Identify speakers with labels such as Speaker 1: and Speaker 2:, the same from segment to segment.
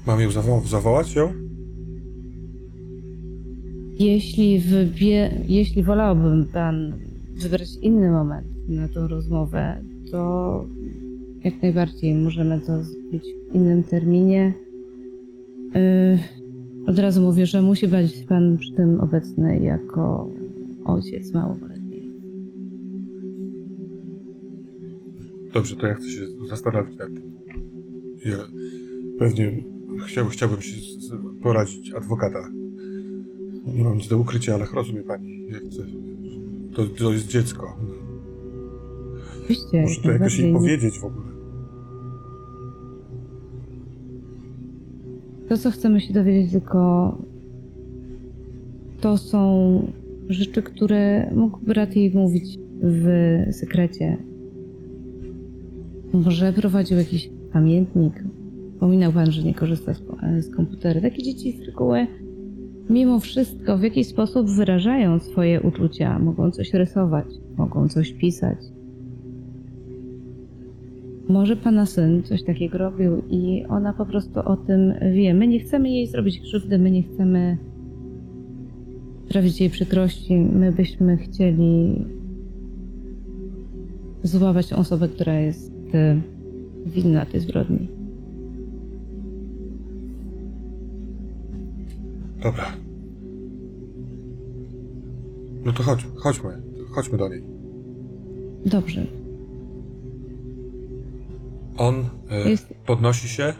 Speaker 1: Mam ją zawołać ją?
Speaker 2: Jeśli wolałbym pan wybrać inny moment na tą rozmowę, to jak najbardziej możemy to zrobić w innym terminie. Od razu mówię, że musi być pan przy tym obecny jako ojciec małoletni.
Speaker 1: Dobrze, to ja chcę się zastanowić nad tym. Ja pewnie chciałbym się poradzić adwokata. Nie mam nic do ukrycia, ale rozumie pani, ja chcę... To jest dziecko.
Speaker 2: Oczywiście,
Speaker 1: Muszę to jakoś jej powiedzieć w ogóle.
Speaker 2: To, co chcemy się dowiedzieć, tylko to są rzeczy, które mógł brat jej mówić w sekrecie. Może prowadził jakiś pamiętnik. Wspominał pan, że nie korzysta z komputera. Takie dzieci z reguły, mimo wszystko, w jakiś sposób wyrażają swoje uczucia. Mogą coś rysować, mogą coś pisać. Może pana syn coś takiego robił i ona po prostu o tym wie. My nie chcemy jej zrobić krzywdy, my nie chcemy sprawić jej przykrości. My byśmy chcieli złapać tą osobę, która jest winna tej zbrodni.
Speaker 1: Dobra. No to chodźmy do niej.
Speaker 2: Dobrze.
Speaker 1: On podnosi się,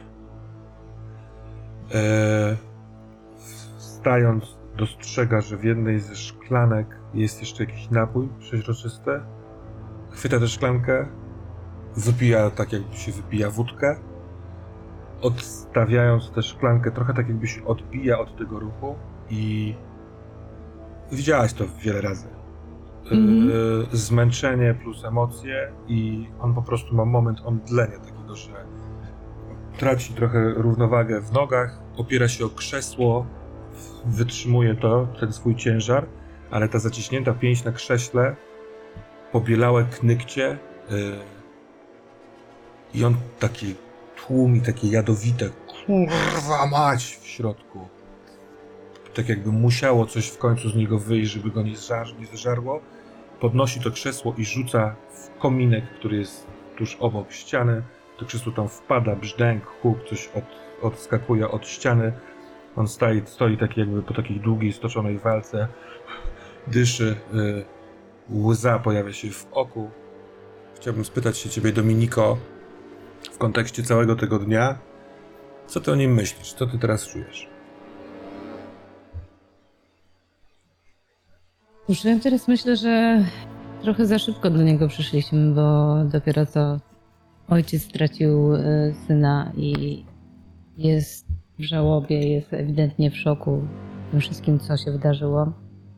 Speaker 1: wstając dostrzega, że w jednej ze szklanek jest jeszcze jakiś napój przeźroczysty. Chwyta tę szklankę, wypija tak jakby się wypija wódkę, odstawiając tę szklankę trochę tak jakby się odbija od tego ruchu i widziałaś to wiele razy. Zmęczenie plus emocje i on po prostu ma moment omdlenia takiego, że traci trochę równowagę w nogach, opiera się o krzesło, wytrzymuje ten swój ciężar, ale ta zaciśnięta pięść na krześle, pobielałe knykcie i on taki tłum i takie jadowite kurwa mać w środku. Tak jakby musiało coś w końcu z niego wyjść, żeby go nie zeżarło. Podnosi to krzesło i rzuca w kominek, który jest tuż obok ściany. To krzesło tam wpada, brzdęk, huk, coś odskakuje od ściany. On stoi tak jakby po takiej długiej, stoczonej walce. Dyszy, łza pojawia się w oku. Chciałbym spytać się ciebie, Dominiko, w kontekście całego tego dnia, co ty o nim myślisz? Co ty teraz czujesz?
Speaker 2: Cóż, ja teraz myślę, że trochę za szybko do niego przyszliśmy, bo dopiero co ojciec stracił syna i jest w żałobie, jest ewidentnie w szoku tym wszystkim, co się wydarzyło.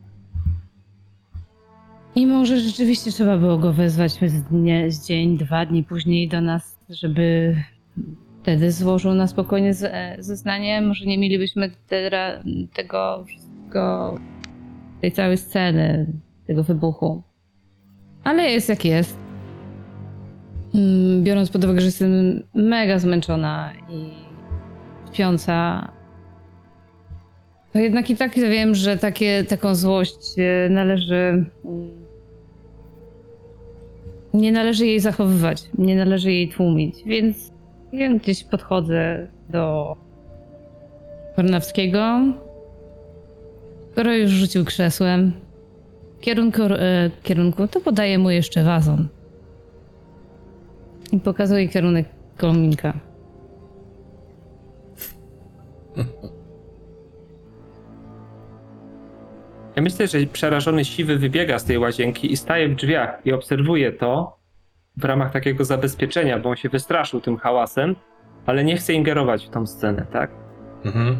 Speaker 2: I może rzeczywiście trzeba było go wezwać z dzień, 2 dni później do nas, żeby wtedy złożył na spokojnie zeznanie. Może nie mielibyśmy tego wszystkiego, tej całej sceny, tego wybuchu. Ale jest jak jest. Biorąc pod uwagę, że jestem mega zmęczona i śpiąca, to jednak i tak wiem, że taką złość nie należy jej zachowywać, nie należy jej tłumić, więc ja gdzieś podchodzę do Kornawskiego, skoro już rzucił krzesłem. W kierunku to podaję mu jeszcze wazon. I pokazuję kierunek kominka.
Speaker 3: Ja myślę, że przerażony Siwy wybiega z tej łazienki i staje w drzwiach i obserwuje to w ramach takiego zabezpieczenia, bo on się wystraszył tym hałasem, ale nie chce ingerować w tą scenę, tak?
Speaker 1: Mhm.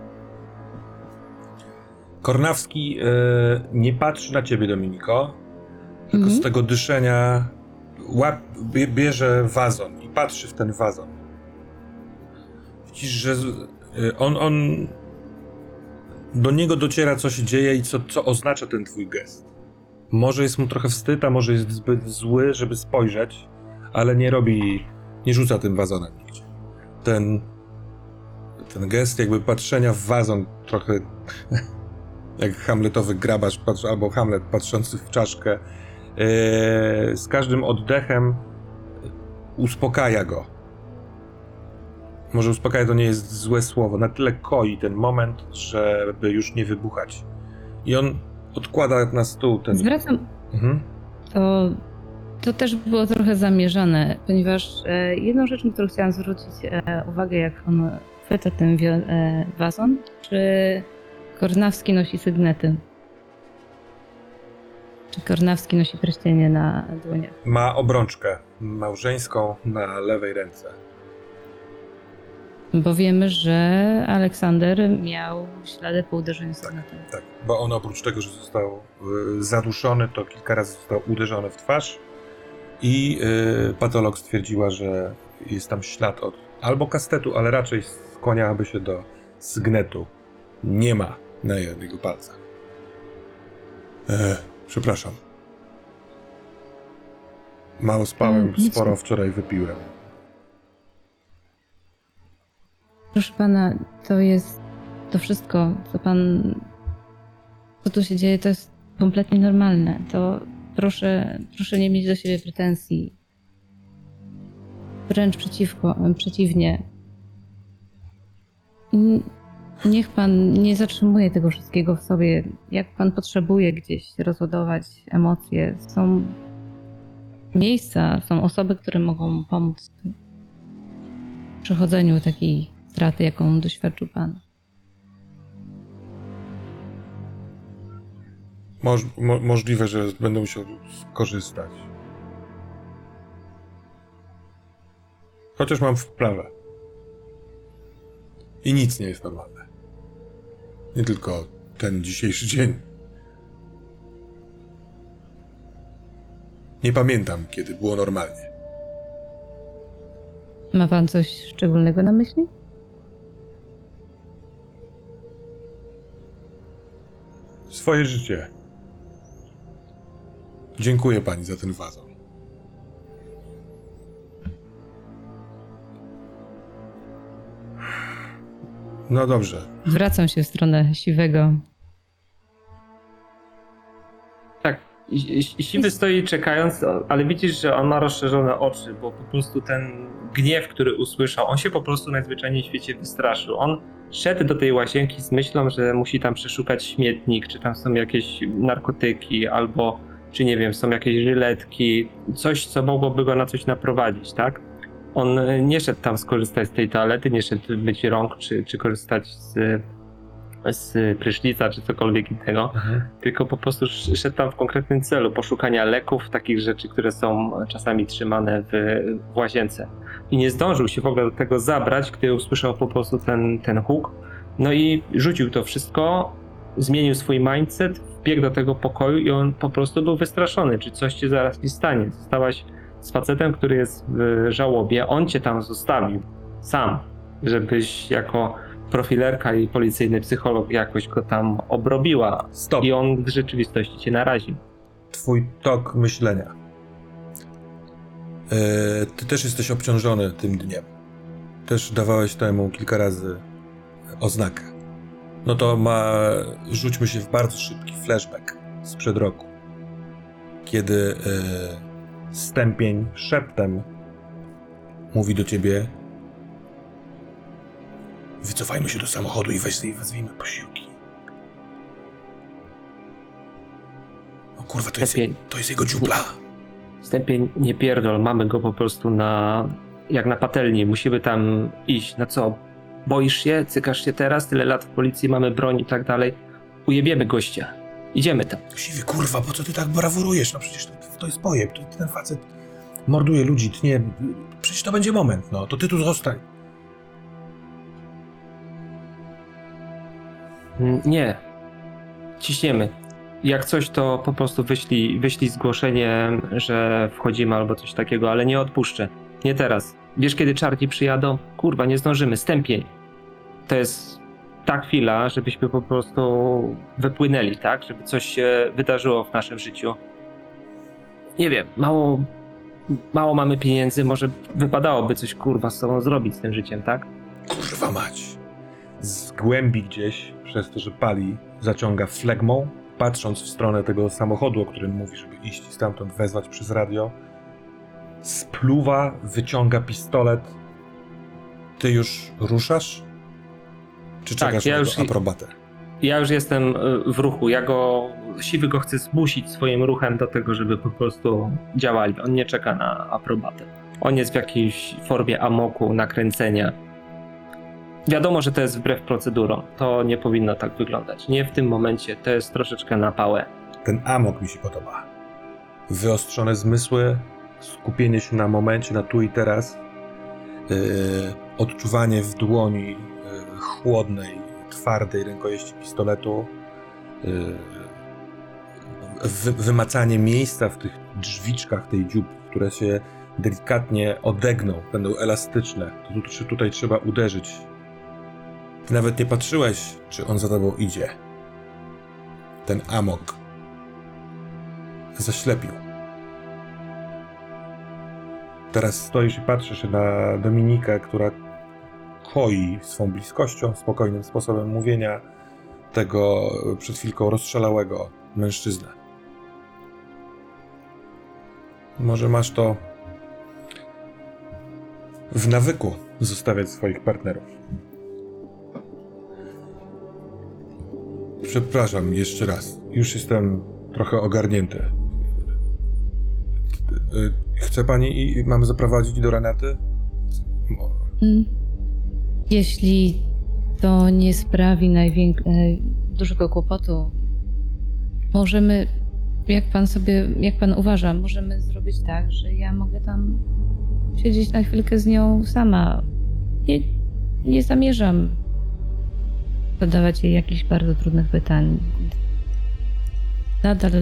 Speaker 1: Kornawski nie patrzy na ciebie, Dominiko, tylko z tego dyszenia bierze wazon i patrzy w ten wazon. Widzisz, że on do niego dociera, co się dzieje i co oznacza ten twój gest. Może jest mu trochę wstyd, a może jest zbyt zły, żeby spojrzeć, ale nie rzuca tym wazonem nigdzie. Ten gest jakby patrzenia w wazon trochę jak hamletowy grabarz albo Hamlet patrzący w czaszkę. Z każdym oddechem uspokaja go. Może uspokaja to nie jest złe słowo. Na tyle koi ten moment, żeby już nie wybuchać. I on odkłada na stół ten...
Speaker 2: Zwracam...
Speaker 1: Mhm.
Speaker 2: To też było trochę zamierzone, ponieważ jedną rzeczą, którą chciałam zwrócić uwagę, jak on chwyta ten wazon, czy Kornawski nosi sygnety. Czy Kornawski nosi pierścienie na dłoniach.
Speaker 1: Ma obrączkę małżeńską na lewej ręce.
Speaker 2: Bo wiemy, że Aleksander miał ślady po uderzeniu sygnetem.
Speaker 1: Tak, bo on oprócz tego, że został zaduszony, to kilka razy został uderzony w twarz i patolog stwierdziła, że jest tam ślad od albo kastetu, ale raczej skłaniałaby się do sygnetu. Nie ma na jego palcach. Przepraszam. Mało spałem, sporo wczoraj wypiłem.
Speaker 2: Proszę pana, to wszystko, co tu się dzieje, to jest kompletnie normalne. To proszę nie mieć do siebie pretensji. Wręcz przeciwnie. Niech pan nie zatrzymuje tego wszystkiego w sobie. Jak pan potrzebuje gdzieś rozładować emocje, są miejsca, są osoby, które mogą pomóc w przechodzeniu takiej straty, jaką doświadczył pan.
Speaker 1: Możliwe, że będę musiał skorzystać. Chociaż mam wprawę. I nic nie jest normalne. Nie tylko ten dzisiejszy dzień. Nie pamiętam, kiedy było normalnie.
Speaker 2: Ma pan coś szczególnego na myśli?
Speaker 1: Swoje życie. Dziękuję pani za ten wazon. No dobrze.
Speaker 2: Zwracam się w stronę Siwego.
Speaker 3: Tak, Siwy stoi czekając, ale widzisz, że on ma rozszerzone oczy, bo po prostu ten gniew, który usłyszał, on się po prostu najzwyczajniej w świecie wystraszył. On szedł do tej łazienki z myślą, że musi tam przeszukać śmietnik, czy tam są jakieś narkotyki, albo czy nie wiem, są jakieś żyletki, coś, co mogłoby go na coś naprowadzić, tak? On nie szedł tam skorzystać z tej toalety, nie szedł myć rąk, czy korzystać z prysznica, czy cokolwiek innego, tylko po prostu szedł tam w konkretnym celu poszukania leków, takich rzeczy, które są czasami trzymane w łazience. I nie zdążył się w ogóle do tego zabrać, gdy usłyszał po prostu ten huk. No i rzucił to wszystko, zmienił swój mindset, wbiegł do tego pokoju i on po prostu był wystraszony, czy coś ci zaraz nie stanie. Zostałaś z facetem, który jest w żałobie, on cię tam zostawił sam, żebyś jako profilerka i policyjny psycholog jakoś go tam obrobiła.
Speaker 1: Stop.
Speaker 3: I on w rzeczywistości cię naraził.
Speaker 1: Twój tok myślenia. Ty też jesteś obciążony tym dniem. Też dawałeś temu kilka razy oznakę. No to rzućmy się w bardzo szybki flashback sprzed roku. Kiedy stępień szeptem mówi do ciebie: wycofajmy się do samochodu i wezwijmy posiłki. O kurwa, to jest jego dziupla.
Speaker 3: Stępień, nie pierdol, mamy go po prostu jak na patelni, musimy tam iść. Na co? Boisz się? Cykasz się teraz? Tyle lat w policji, mamy broń i tak dalej. Ujebiemy gościa. Idziemy tam.
Speaker 1: Siwy, kurwa, po co ty tak brawurujesz? No przecież to jest pojeb, ten facet morduje ludzi, tnie. Przecież to będzie moment, no, to ty tu zostań.
Speaker 3: Nie. Ciśniemy. Jak coś, to po prostu wyślij zgłoszenie, że wchodzimy albo coś takiego, ale nie odpuszczę. Nie teraz. Wiesz, kiedy czarni przyjadą? Kurwa, nie zdążymy. Stępień. To jest ta chwila, żebyśmy po prostu wypłynęli, tak? Żeby coś się wydarzyło w naszym życiu. Nie wiem, mało mamy pieniędzy, może wypadałoby coś, kurwa, z sobą zrobić z tym życiem, tak?
Speaker 1: Kurwa mać. z głębi gdzieś, przez to, że pali, zaciąga flegmą, patrząc w stronę tego samochodu, o którym mówi, żeby iść i stamtąd wezwać przez radio. Spluwa, wyciąga pistolet. Ty już ruszasz? Czy
Speaker 3: Tak,
Speaker 1: czekasz
Speaker 3: ja
Speaker 1: na
Speaker 3: już-
Speaker 1: jego aprobatę?
Speaker 3: Ja już jestem w ruchu. Siwy go chce zmusić swoim ruchem do tego, żeby po prostu działali. On nie czeka na aprobatę. On jest w jakiejś formie amoku, nakręcenia. Wiadomo, że to jest wbrew procedurom. To nie powinno tak wyglądać. Nie w tym momencie. To jest troszeczkę na pałę.
Speaker 1: Ten amok mi się podoba. Wyostrzone zmysły, skupienie się na momencie, na tu i teraz, odczuwanie w dłoni chłodnej, twardej rękojeści pistoletu, wymacanie miejsca w tych drzwiczkach tej dziób, które się delikatnie odegną, będą elastyczne. To tutaj trzeba uderzyć. Ty nawet nie patrzyłeś, czy on za tobą idzie. Ten amok zaślepił. Teraz stoisz i patrzysz na Dominikę, która koi swą bliskością, spokojnym sposobem mówienia tego przed chwilką rozszalałego mężczyznę. Może masz to w nawyku zostawiać swoich partnerów. Przepraszam jeszcze raz. Już jestem trochę ogarnięty. Chce pani i mamy zaprowadzić do Renaty?
Speaker 2: Jeśli to nie sprawi dużego kłopotu, możemy, jak pan uważa, możemy zrobić tak, że ja mogę tam siedzieć na chwilkę z nią sama. Nie zamierzam zadawać jej jakichś bardzo trudnych pytań. Nadal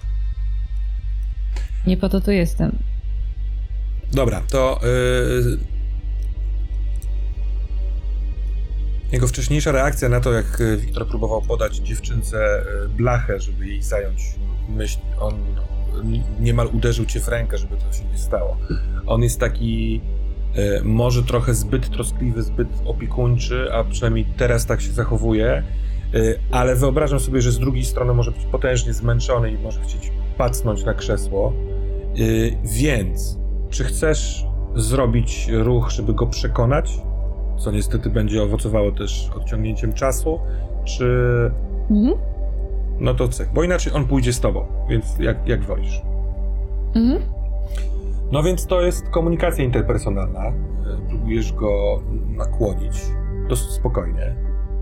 Speaker 2: nie po to tu jestem.
Speaker 1: Dobra, to jego wcześniejsza reakcja na to, jak Wiktor próbował podać dziewczynce blachę, żeby jej zająć myśli. On niemal uderzył cię w rękę, żeby to się nie stało. On jest taki może trochę zbyt troskliwy, zbyt opiekuńczy, a przynajmniej teraz tak się zachowuje, ale wyobrażam sobie, że z drugiej strony może być potężnie zmęczony i może chcieć pacnąć na krzesło. Więc czy chcesz zrobić ruch, żeby go przekonać, co niestety będzie owocowało też odciągnięciem czasu, czy... No to cyk, bo inaczej on pójdzie z tobą, więc jak wolisz. No więc to jest komunikacja interpersonalna. Próbujesz go nakłonić dosyć spokojnie.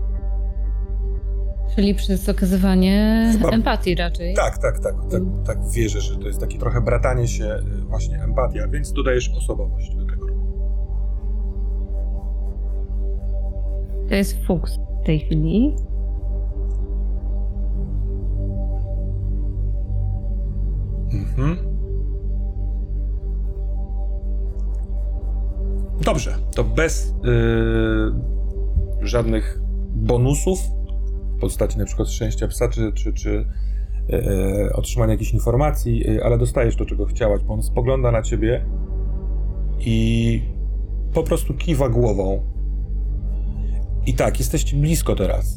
Speaker 2: Czyli przez okazywanie
Speaker 1: Chyba-
Speaker 2: empatii raczej.
Speaker 1: Tak wierzę, że to jest takie trochę bratanie się, właśnie empatia, więc dodajesz osobowość do tego ruchu.
Speaker 2: To jest fuks w tej chwili.
Speaker 1: Dobrze, to bez żadnych bonusów w postaci na przykład szczęścia psa, czy otrzymania jakichś informacji, ale dostajesz to, czego chciałaś, bo on spogląda na ciebie i po prostu kiwa głową. I tak, jesteście blisko teraz.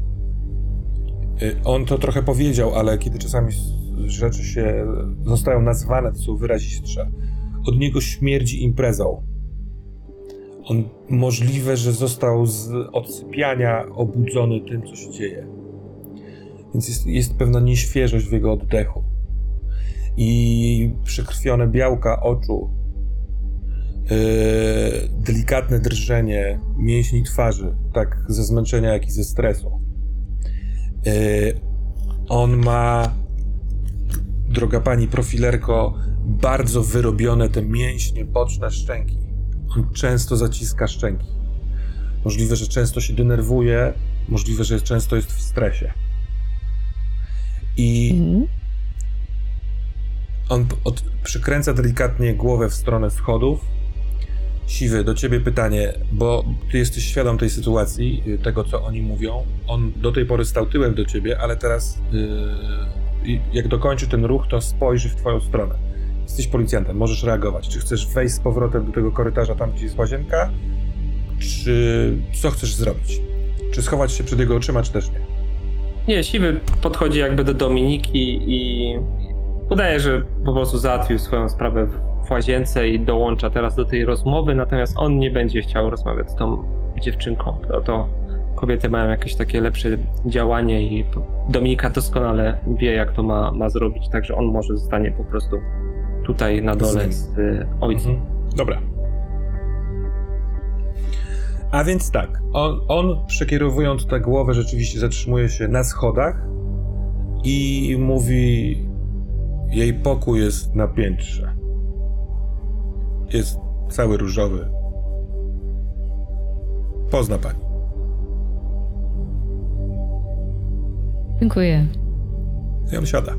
Speaker 1: On to trochę powiedział, ale kiedy czasami rzeczy się zostają nazwane, to są wyrazistsze. Od niego śmierdzi imprezą. On możliwe, że został z odsypiania obudzony tym, co się dzieje. Więc jest pewna nieświeżość w jego oddechu. I przekrwione białka oczu, delikatne drżenie mięśni twarzy, tak ze zmęczenia, jak i ze stresu. On ma, droga pani profilerko, bardzo wyrobione te mięśnie boczne szczęki. On często zaciska szczęki. Możliwe, że często się denerwuje, możliwe, że często jest w stresie. I on przykręca delikatnie głowę w stronę schodów. Siwy, do ciebie pytanie, bo ty jesteś świadom tej sytuacji, tego, co oni mówią. On do tej pory stał tyłem do ciebie, ale teraz jak dokończy ten ruch, to spojrzy w twoją stronę. Jesteś policjantem, możesz reagować. Czy chcesz wejść z powrotem do tego korytarza, tam gdzie jest łazienka? Czy co chcesz zrobić? Czy schować się przed jego oczyma, czy też nie?
Speaker 3: Nie, Siwy podchodzi jakby do Dominiki i udaje, że po prostu załatwił swoją sprawę w łazience i dołącza teraz do tej rozmowy, natomiast on nie będzie chciał rozmawiać z tą dziewczynką. To kobiety mają jakieś takie lepsze działanie i Dominika doskonale wie, jak to ma zrobić, także on może zostanie po prostu tutaj na dole z ojcem.
Speaker 1: Dobra. A więc tak, on przekierowując tę głowę rzeczywiście zatrzymuje się na schodach i mówi: jej pokój jest na piętrze. Jest cały różowy. Pozna pani.
Speaker 2: Dziękuję.
Speaker 1: I on siada.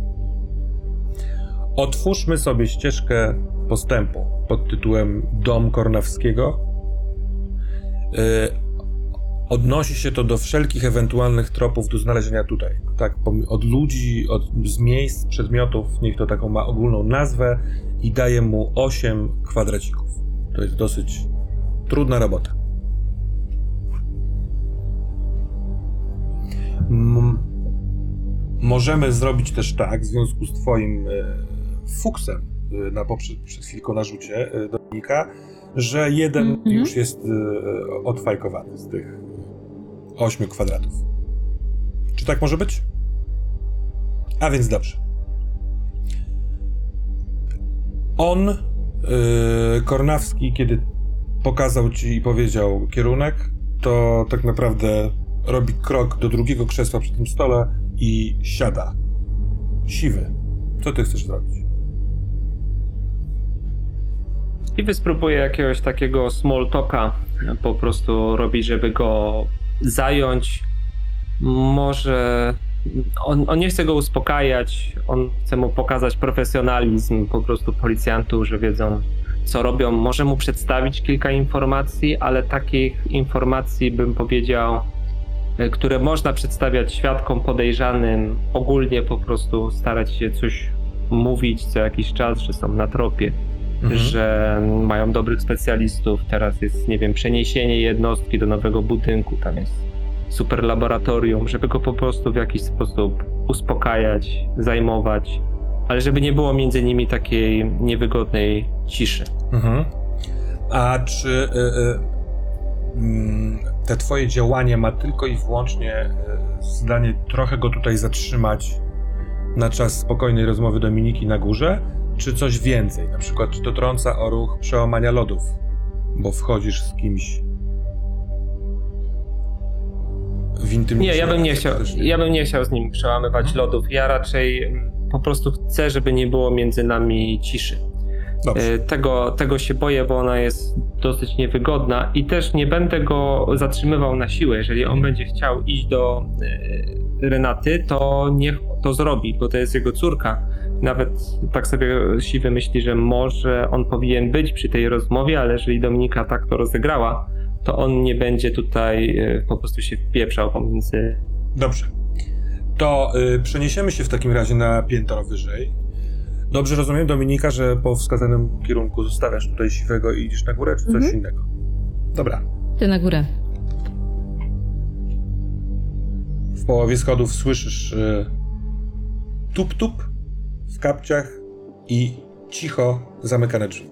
Speaker 1: Otwórzmy sobie ścieżkę postępu pod tytułem Dom Kornawskiego. Odnosi się to do wszelkich ewentualnych tropów do znalezienia tutaj. Tak, od ludzi, z miejsc, przedmiotów, niech to taką ma ogólną nazwę, i daje mu 8 kwadracików. To jest dosyć trudna robota. Możemy zrobić też tak, w związku z twoim fuksem przed chwilką na rzucie Dominika, że jeden już jest odfajkowany z tych 8 kwadratów. Czy tak może być? A więc dobrze. On, Kornawski, kiedy pokazał ci i powiedział kierunek, to tak naprawdę robi krok do drugiego krzesła przy tym stole i siada. Siwy, co ty chcesz zrobić?
Speaker 3: Siwy spróbuje jakiegoś takiego small talka po prostu robić, żeby go zająć. Może on nie chce go uspokajać, on chce mu pokazać profesjonalizm po prostu policjantów, że wiedzą, co robią. Może mu przedstawić kilka informacji, ale takich informacji, bym powiedział, które można przedstawiać świadkom podejrzanym, ogólnie po prostu starać się coś mówić co jakiś czas, że są na tropie, że mają dobrych specjalistów. Teraz jest, nie wiem, przeniesienie jednostki do nowego budynku, tam jest super laboratorium, żeby go po prostu w jakiś sposób uspokajać, zajmować, ale żeby nie było między nimi takiej niewygodnej ciszy.
Speaker 1: A czy te twoje działanie ma tylko i wyłącznie zdanie trochę go tutaj zatrzymać na czas spokojnej rozmowy Dominiki na górze, czy coś więcej? Na przykład, czy to trąca o ruch przełamania lodów, bo wchodzisz z kimś w intymniejszą...
Speaker 3: Nie, ja bym nie chciał z nim przełamywać lodów. Ja raczej po prostu chcę, żeby nie było między nami ciszy.
Speaker 1: Dobrze.
Speaker 3: Tego się boję, bo ona jest dosyć niewygodna i też nie będę go zatrzymywał na siłę. Jeżeli on będzie chciał iść do Renaty, to niech to zrobi, bo to jest jego córka. Nawet tak sobie Siwy myśli, że może on powinien być przy tej rozmowie, ale jeżeli Dominika tak to rozegrała, to on nie będzie tutaj po prostu się wpieprzał pomiędzy...
Speaker 1: Dobrze. To przeniesiemy się w takim razie na piętro wyżej. Dobrze rozumiem, Dominika, że po wskazanym kierunku zostawiasz tutaj Siwego i idziesz na górę, czy coś innego? Dobra.
Speaker 2: Ty na górę.
Speaker 1: W połowie schodów słyszysz tup-tup w kapciach i cicho zamykane drzwi.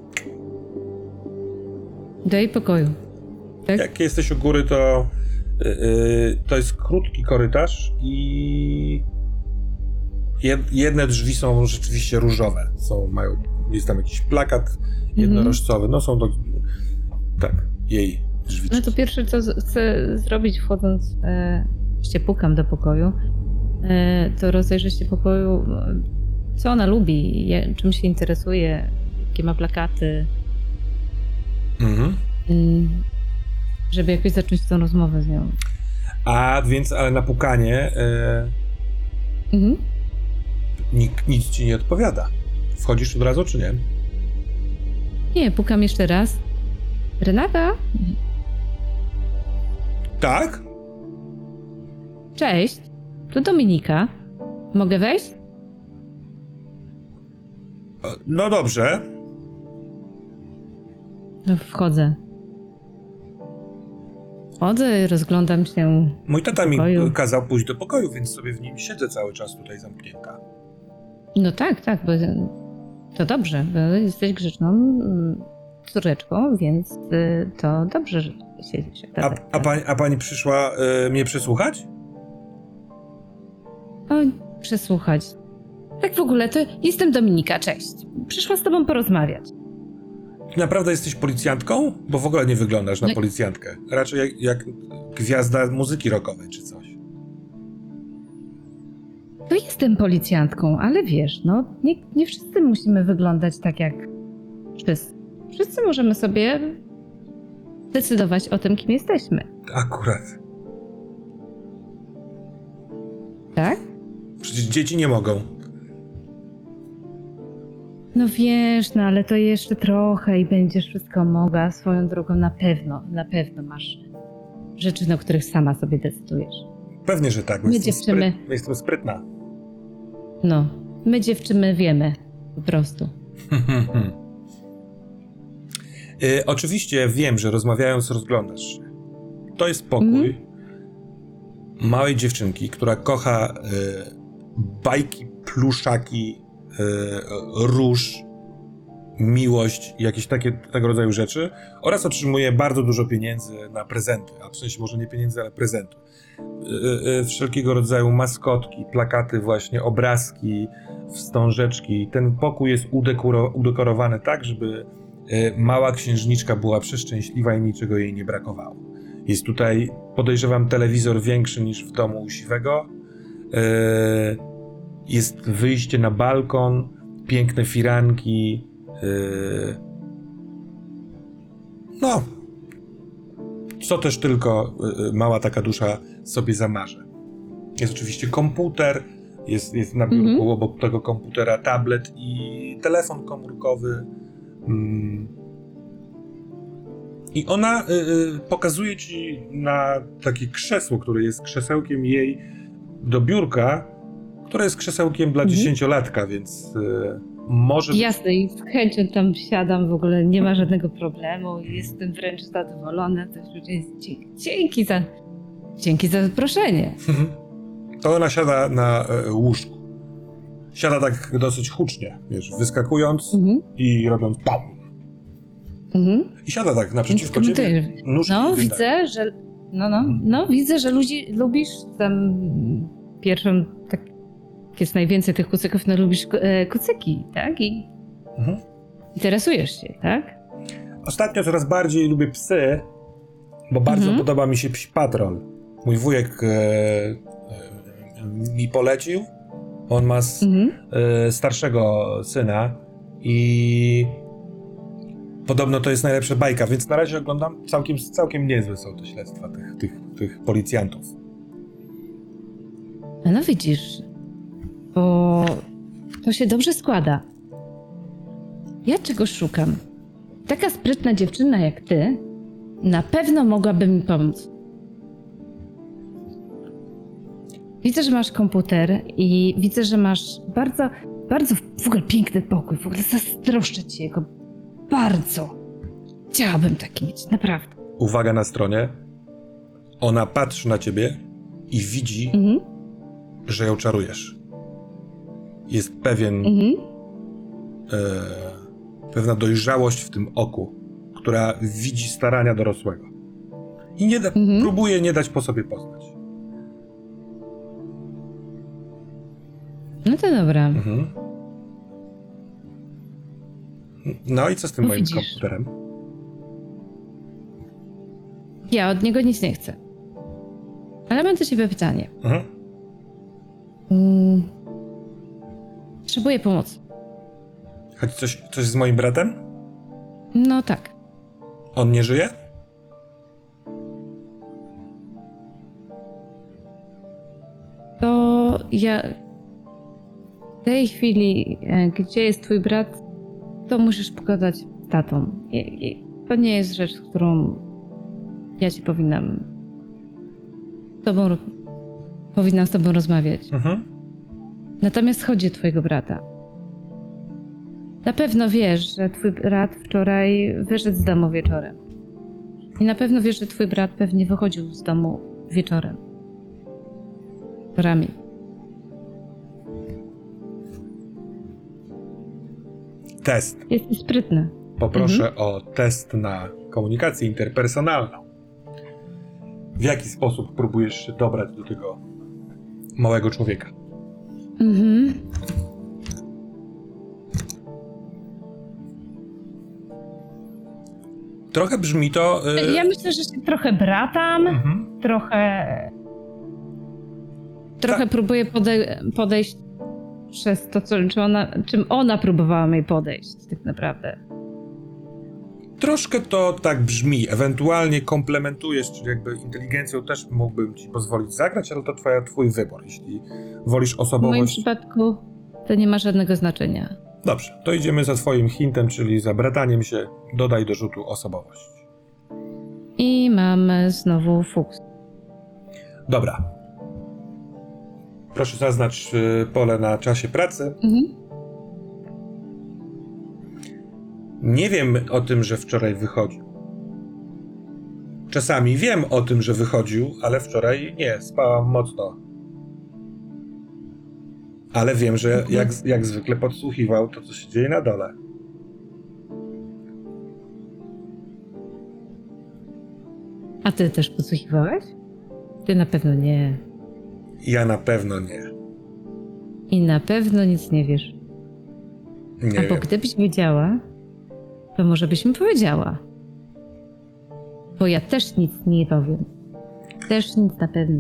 Speaker 2: Do jej pokoju. Tak?
Speaker 1: Jak jesteś u góry, to jest krótki korytarz i jedne drzwi są rzeczywiście różowe. Jest tam jakiś plakat jednorożcowy. No są to... Tak, jej drzwi.
Speaker 2: No to pierwsze, co chcę zrobić, wchodząc, właściwie pukam do pokoju, to rozejrzeć się pokoju, co ona lubi, czym się interesuje, jakie ma plakaty, żeby jakoś zacząć tą rozmowę z nią.
Speaker 1: Ale na pukanie nikt nic ci nie odpowiada. Wchodzisz od razu, czy nie?
Speaker 2: Nie, pukam jeszcze raz. Renata?
Speaker 1: Tak?
Speaker 2: Cześć, tu Dominika. Mogę wejść?
Speaker 1: No dobrze.
Speaker 2: No, wchodzę. Chodzę, rozglądam się.
Speaker 1: Mój tata mi
Speaker 2: pokoju.
Speaker 1: kazał pójść do pokoju, więc sobie w nim siedzę cały czas tutaj zamknięta.
Speaker 2: No tak, bo to dobrze, bo jesteś grzeczną córeczką, więc to dobrze, że siedzisz.
Speaker 1: A pani przyszła mnie przesłuchać?
Speaker 2: O, przesłuchać. Tak w ogóle, to jestem Dominika, cześć. Przyszła z tobą porozmawiać.
Speaker 1: Ty naprawdę jesteś policjantką? Bo w ogóle nie wyglądasz na
Speaker 2: No-
Speaker 1: policjantkę. Raczej jak gwiazda muzyki rockowej czy coś.
Speaker 2: To jestem policjantką, ale wiesz, no nie wszyscy musimy wyglądać tak jak wszyscy. Wszyscy możemy sobie decydować o tym, kim jesteśmy,
Speaker 1: Akurat.
Speaker 2: tak?
Speaker 1: Przecież dzieci nie mogą.
Speaker 2: No wiesz, no ale to jeszcze trochę i będziesz wszystko mogła. Swoją drogą na pewno masz rzeczy, na których sama sobie decydujesz.
Speaker 1: Pewnie, że tak. bo
Speaker 2: My
Speaker 1: jestem
Speaker 2: dziewczyny.
Speaker 1: Jestem sprytna.
Speaker 2: No, my dziewczyny wiemy po prostu.
Speaker 1: Oczywiście wiem, że rozmawiając rozglądasz się. To jest pokój małej dziewczynki, która kocha bajki, pluszaki, róż, miłość, jakieś tego rodzaju rzeczy oraz otrzymuje bardzo dużo pieniędzy na prezenty, a w sensie może nie pieniędzy, ale prezenty. Wszelkiego rodzaju maskotki, plakaty właśnie, obrazki, wstążeczki. Ten pokój jest udekorowany tak, żeby mała księżniczka była przeszczęśliwa i niczego jej nie brakowało. Jest tutaj, podejrzewam, telewizor większy niż w domu u Siwego. Jest wyjście na balkon, piękne firanki. No, co też tylko mała taka dusza sobie zamarzy. Jest oczywiście komputer, jest na biurku obok tego komputera tablet i telefon komórkowy. I ona pokazuje ci na takie krzesło, które jest krzesełkiem jej do biurka, które jest krzesełkiem dla dziesięciolatka, więc może...
Speaker 2: Jasne, i z chęcią tam siadam, w ogóle nie ma żadnego problemu, jestem wręcz zadowolona. To jest dzięki za zaproszenie.
Speaker 1: To ona siada na łóżku. Siada tak dosyć hucznie, wiesz, wyskakując i robiąc pam. I siada tak naprzeciwko
Speaker 2: Więc
Speaker 1: ciebie. Nóżki
Speaker 2: No,
Speaker 1: wydaje.
Speaker 2: widzę, że... widzę, że lubisz tam pierwszą... Tak, jest najwięcej tych kucyków, no lubisz kucyki, tak? I interesujesz się, tak?
Speaker 1: Ostatnio coraz bardziej lubię psy, bo bardzo podoba mi się Psi Patrol. Mój wujek mi polecił. On ma starszego syna i podobno to jest najlepsza bajka, więc na razie oglądam. Całkiem niezłe są te śledztwa tych policjantów.
Speaker 2: No widzisz, bo to się dobrze składa. Ja czegoś szukam. Taka sprytna dziewczyna jak ty na pewno mogłaby mi pomóc. Widzę, że masz komputer i widzę, że masz bardzo, bardzo w ogóle piękny pokój. W ogóle zazdroszczę ci jego. Bardzo. Chciałabym taki mieć, naprawdę.
Speaker 1: Uwaga na stronie. Ona patrzy na ciebie i widzi, że ją czarujesz. Jest pewna dojrzałość w tym oku, która widzi starania dorosłego. I próbuje nie dać po sobie poznać.
Speaker 2: No to dobra.
Speaker 1: No i co z tym
Speaker 2: No
Speaker 1: moim
Speaker 2: widzisz.
Speaker 1: komputerem?
Speaker 2: Ja od niego nic nie chcę. Ale mam do ciebie pytanie. Potrzebuję pomocy.
Speaker 1: Choć coś z moim bratem?
Speaker 2: No tak.
Speaker 1: On nie żyje?
Speaker 2: To ja... W tej chwili, gdzie jest twój brat, to musisz pogadać z tatą. To nie jest rzecz, którą ja ci powinnam z tobą rozmawiać. Natomiast chodzi o twojego brata. Na pewno wiesz, że twój brat wczoraj wyszedł z domu wieczorem. I na pewno wiesz, że twój brat pewnie wychodził z domu wieczorem. Rami.
Speaker 1: Test.
Speaker 2: Jesteś sprytny.
Speaker 1: Poproszę o test na komunikację interpersonalną. W jaki sposób próbujesz się dobrać do tego małego człowieka?
Speaker 2: Mhm.
Speaker 1: Trochę brzmi to...
Speaker 2: Ja myślę, że się trochę bratam,
Speaker 1: Mhm.
Speaker 2: trochę próbuję podejść przez to, czym ona próbowała mi podejść, tak naprawdę.
Speaker 1: Troszkę to tak brzmi. Ewentualnie komplementujesz, czyli jakby inteligencją też mógłbym ci pozwolić zagrać, ale to twój wybór. Jeśli wolisz
Speaker 2: W moim
Speaker 1: osobowość...
Speaker 2: przypadku to nie ma żadnego znaczenia.
Speaker 1: Dobrze, to idziemy za twoim hintem, czyli za brataniem się. Dodaj do rzutu osobowość.
Speaker 2: I mamy znowu fuks.
Speaker 1: Dobra. Proszę zaznacz pole na czasie pracy.
Speaker 2: Mhm.
Speaker 1: Nie wiem o tym, że wczoraj wychodził. Czasami wiem o tym, że wychodził, ale wczoraj nie, spałam mocno. Ale wiem, że jak zwykle podsłuchiwał to, co się dzieje na dole.
Speaker 2: A ty też podsłuchiwałeś? Ty na pewno nie.
Speaker 1: Ja na pewno nie.
Speaker 2: I na pewno nic nie wiesz.
Speaker 1: Nie
Speaker 2: Albo
Speaker 1: wiem.
Speaker 2: gdybyś wiedziała, to może byś mi powiedziała. Bo ja też nic nie powiem. Też nic na pewno.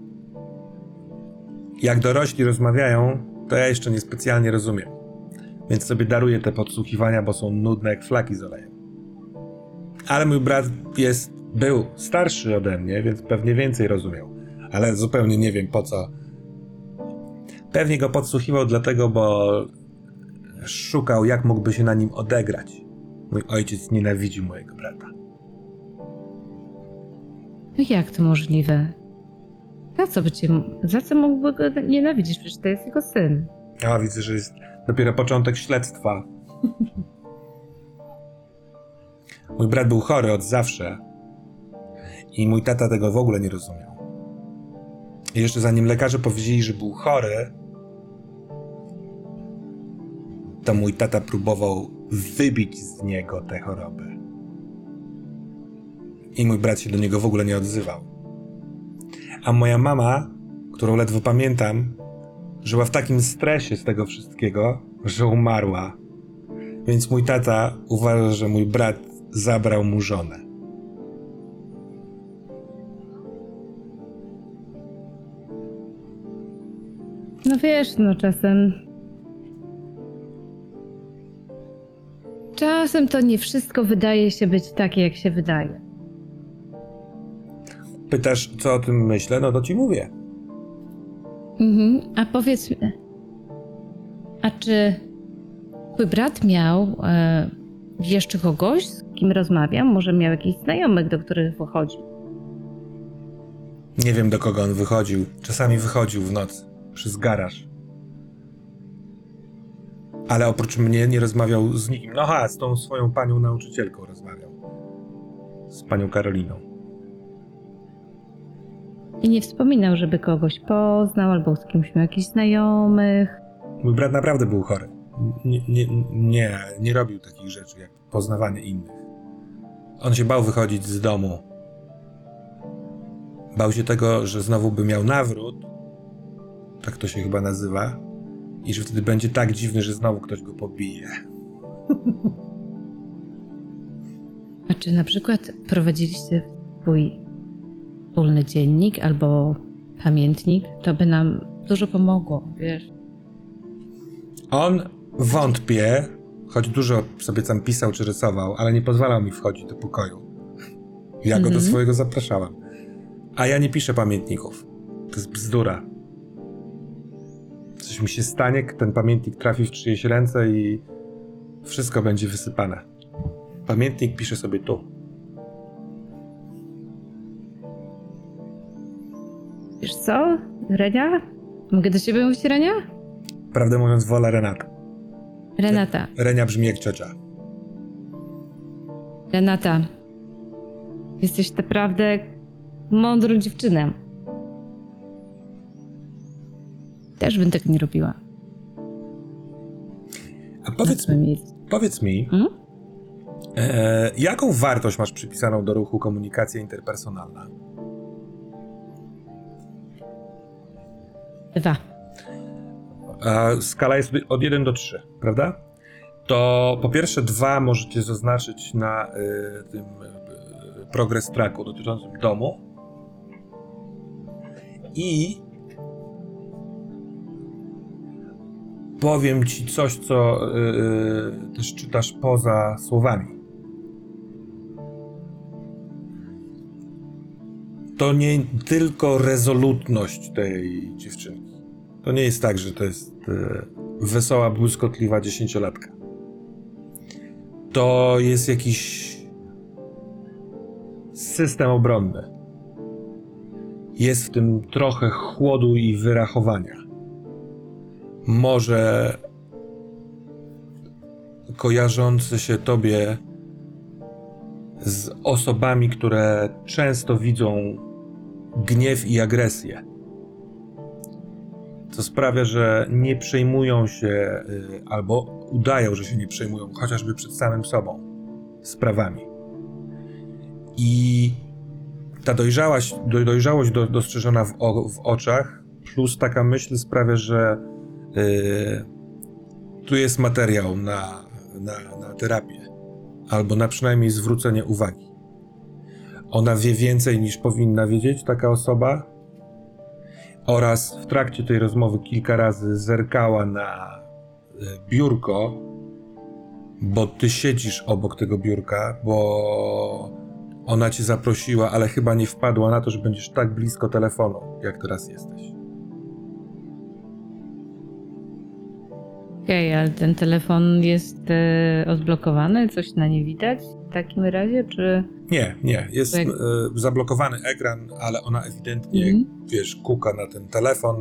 Speaker 1: Jak dorośli rozmawiają, to ja jeszcze niespecjalnie rozumiem. Więc sobie daruję te podsłuchiwania, bo są nudne jak flaki z olejem. Ale mój brat był starszy ode mnie, więc pewnie więcej rozumiał. Ale zupełnie nie wiem po co. Pewnie go podsłuchiwał dlatego, bo szukał, jak mógłby się na nim odegrać. Mój ojciec nienawidził mojego brata.
Speaker 2: No jak to możliwe? Za co mógłby go nienawidzić? Przecież to jest jego syn.
Speaker 1: A widzę, że jest dopiero początek śledztwa. Mój brat był chory od zawsze i mój tata tego w ogóle nie rozumiał. I jeszcze zanim lekarze powiedzieli, że był chory, to mój tata próbował wybić z niego tę chorobę. I mój brat się do niego w ogóle nie odzywał. A moja mama, którą ledwo pamiętam, żyła w takim stresie z tego wszystkiego, że umarła. Więc mój tata uważa, że mój brat zabrał mu żonę.
Speaker 2: No wiesz, no czasem to nie wszystko wydaje się być takie, jak się wydaje.
Speaker 1: Pytasz, co o tym myślę? No to ci mówię.
Speaker 2: A powiedz mi, a czy twój brat miał jeszcze kogoś, z kim rozmawiał? Może miał jakichś znajomych, do których wychodził?
Speaker 1: Nie wiem, do kogo on wychodził. Czasami wychodził w nocy przez garaż. Ale oprócz mnie nie rozmawiał z nikim. No z tą swoją panią nauczycielką rozmawiał. Z panią Karoliną.
Speaker 2: I nie wspominał, żeby kogoś poznał, albo z kimś miał jakichś znajomych.
Speaker 1: Mój brat naprawdę był chory. Nie robił takich rzeczy jak poznawanie innych. On się bał wychodzić z domu. Bał się tego, że znowu by miał nawrót, tak to się chyba nazywa, i że wtedy będzie tak dziwny, że znowu ktoś go pobije.
Speaker 2: A czy na przykład prowadziliście swój wspólny dziennik albo pamiętnik? To by nam dużo pomogło, wiesz?
Speaker 1: On wątpię, choć dużo sobie tam pisał czy rysował, ale nie pozwalał mi wchodzić do pokoju. Ja go do swojego zapraszałem. A ja nie piszę pamiętników. To jest bzdura. Coś mi się stanie, ten pamiętnik trafi w czyjeś ręce i wszystko będzie wysypane. Pamiętnik piszę sobie tu.
Speaker 2: Wiesz co, Renia? Mogę do ciebie mówić, Renia?
Speaker 1: Prawdę mówiąc, wolę Renata.
Speaker 2: Renata.
Speaker 1: Renia brzmi jak ciocia.
Speaker 2: Renata. Jesteś naprawdę mądrą dziewczyną. Też bym tak nie robiła.
Speaker 1: A
Speaker 2: Na twoim miejscu.
Speaker 1: powiedz mi, jaką wartość masz przypisaną do ruchu komunikacja interpersonalna?
Speaker 2: 2.
Speaker 1: A skala jest od 1 do 3, prawda? To po pierwsze 2 możecie zaznaczyć na tym progress tracku dotyczącym domu. I powiem ci coś, co też czytasz poza słowami. To nie tylko rezolutność tej dziewczynki. To nie jest tak, że to jest wesoła, błyskotliwa 10-latka. To jest jakiś system obronny. Jest w tym trochę chłodu i wyrachowania. Może kojarzący się tobie z osobami, które często widzą gniew i agresję. Co sprawia, że nie przejmują się, albo udają, że się nie przejmują, chociażby przed samym sobą, sprawami. I ta dojrzałość dostrzeżona w oczach, plus taka myśl sprawia, że tu jest materiał na terapię, albo na przynajmniej zwrócenie uwagi. Ona wie więcej niż powinna wiedzieć, taka osoba, oraz w trakcie tej rozmowy kilka razy zerkała na biurko, bo ty siedzisz obok tego biurka, bo ona cię zaprosiła, ale chyba nie wpadła na to, że będziesz tak blisko telefonu, jak teraz jesteś.
Speaker 2: Okej, ale ten telefon jest odblokowany? Coś na nie widać w takim razie, czy...
Speaker 1: Nie. Jest
Speaker 2: Jak...
Speaker 1: zablokowany ekran, ale ona ewidentnie, wiesz, kuka na ten telefon.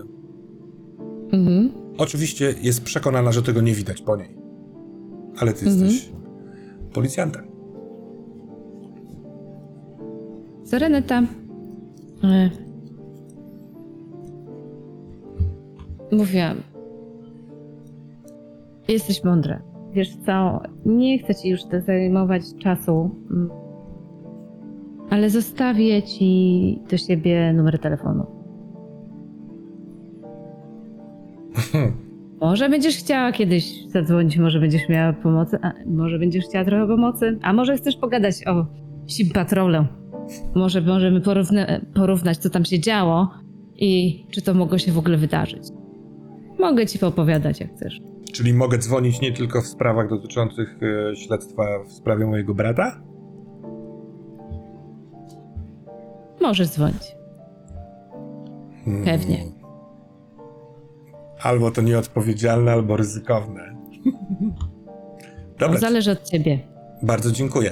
Speaker 1: Oczywiście jest przekonana, że tego nie widać po niej. Ale ty jesteś policjantem.
Speaker 2: Sereneta. Mówiłam. Jesteś mądra. Wiesz co, nie chcę ci już zajmować czasu, ale zostawię ci do siebie numer telefonu. Może będziesz chciała kiedyś zadzwonić, może będziesz miała pomocy, a może będziesz chciała trochę pomocy, a może chcesz pogadać o Sim Patrolu. Może możemy porównać, co tam się działo i czy to mogło się w ogóle wydarzyć. Mogę ci poopowiadać, jak chcesz.
Speaker 1: Czyli mogę dzwonić nie tylko w sprawach dotyczących śledztwa w sprawie mojego brata?
Speaker 2: Możesz dzwonić. Pewnie.
Speaker 1: Albo to nieodpowiedzialne, albo ryzykowne. Dobra.
Speaker 2: To zależy od ciebie.
Speaker 1: Bardzo dziękuję.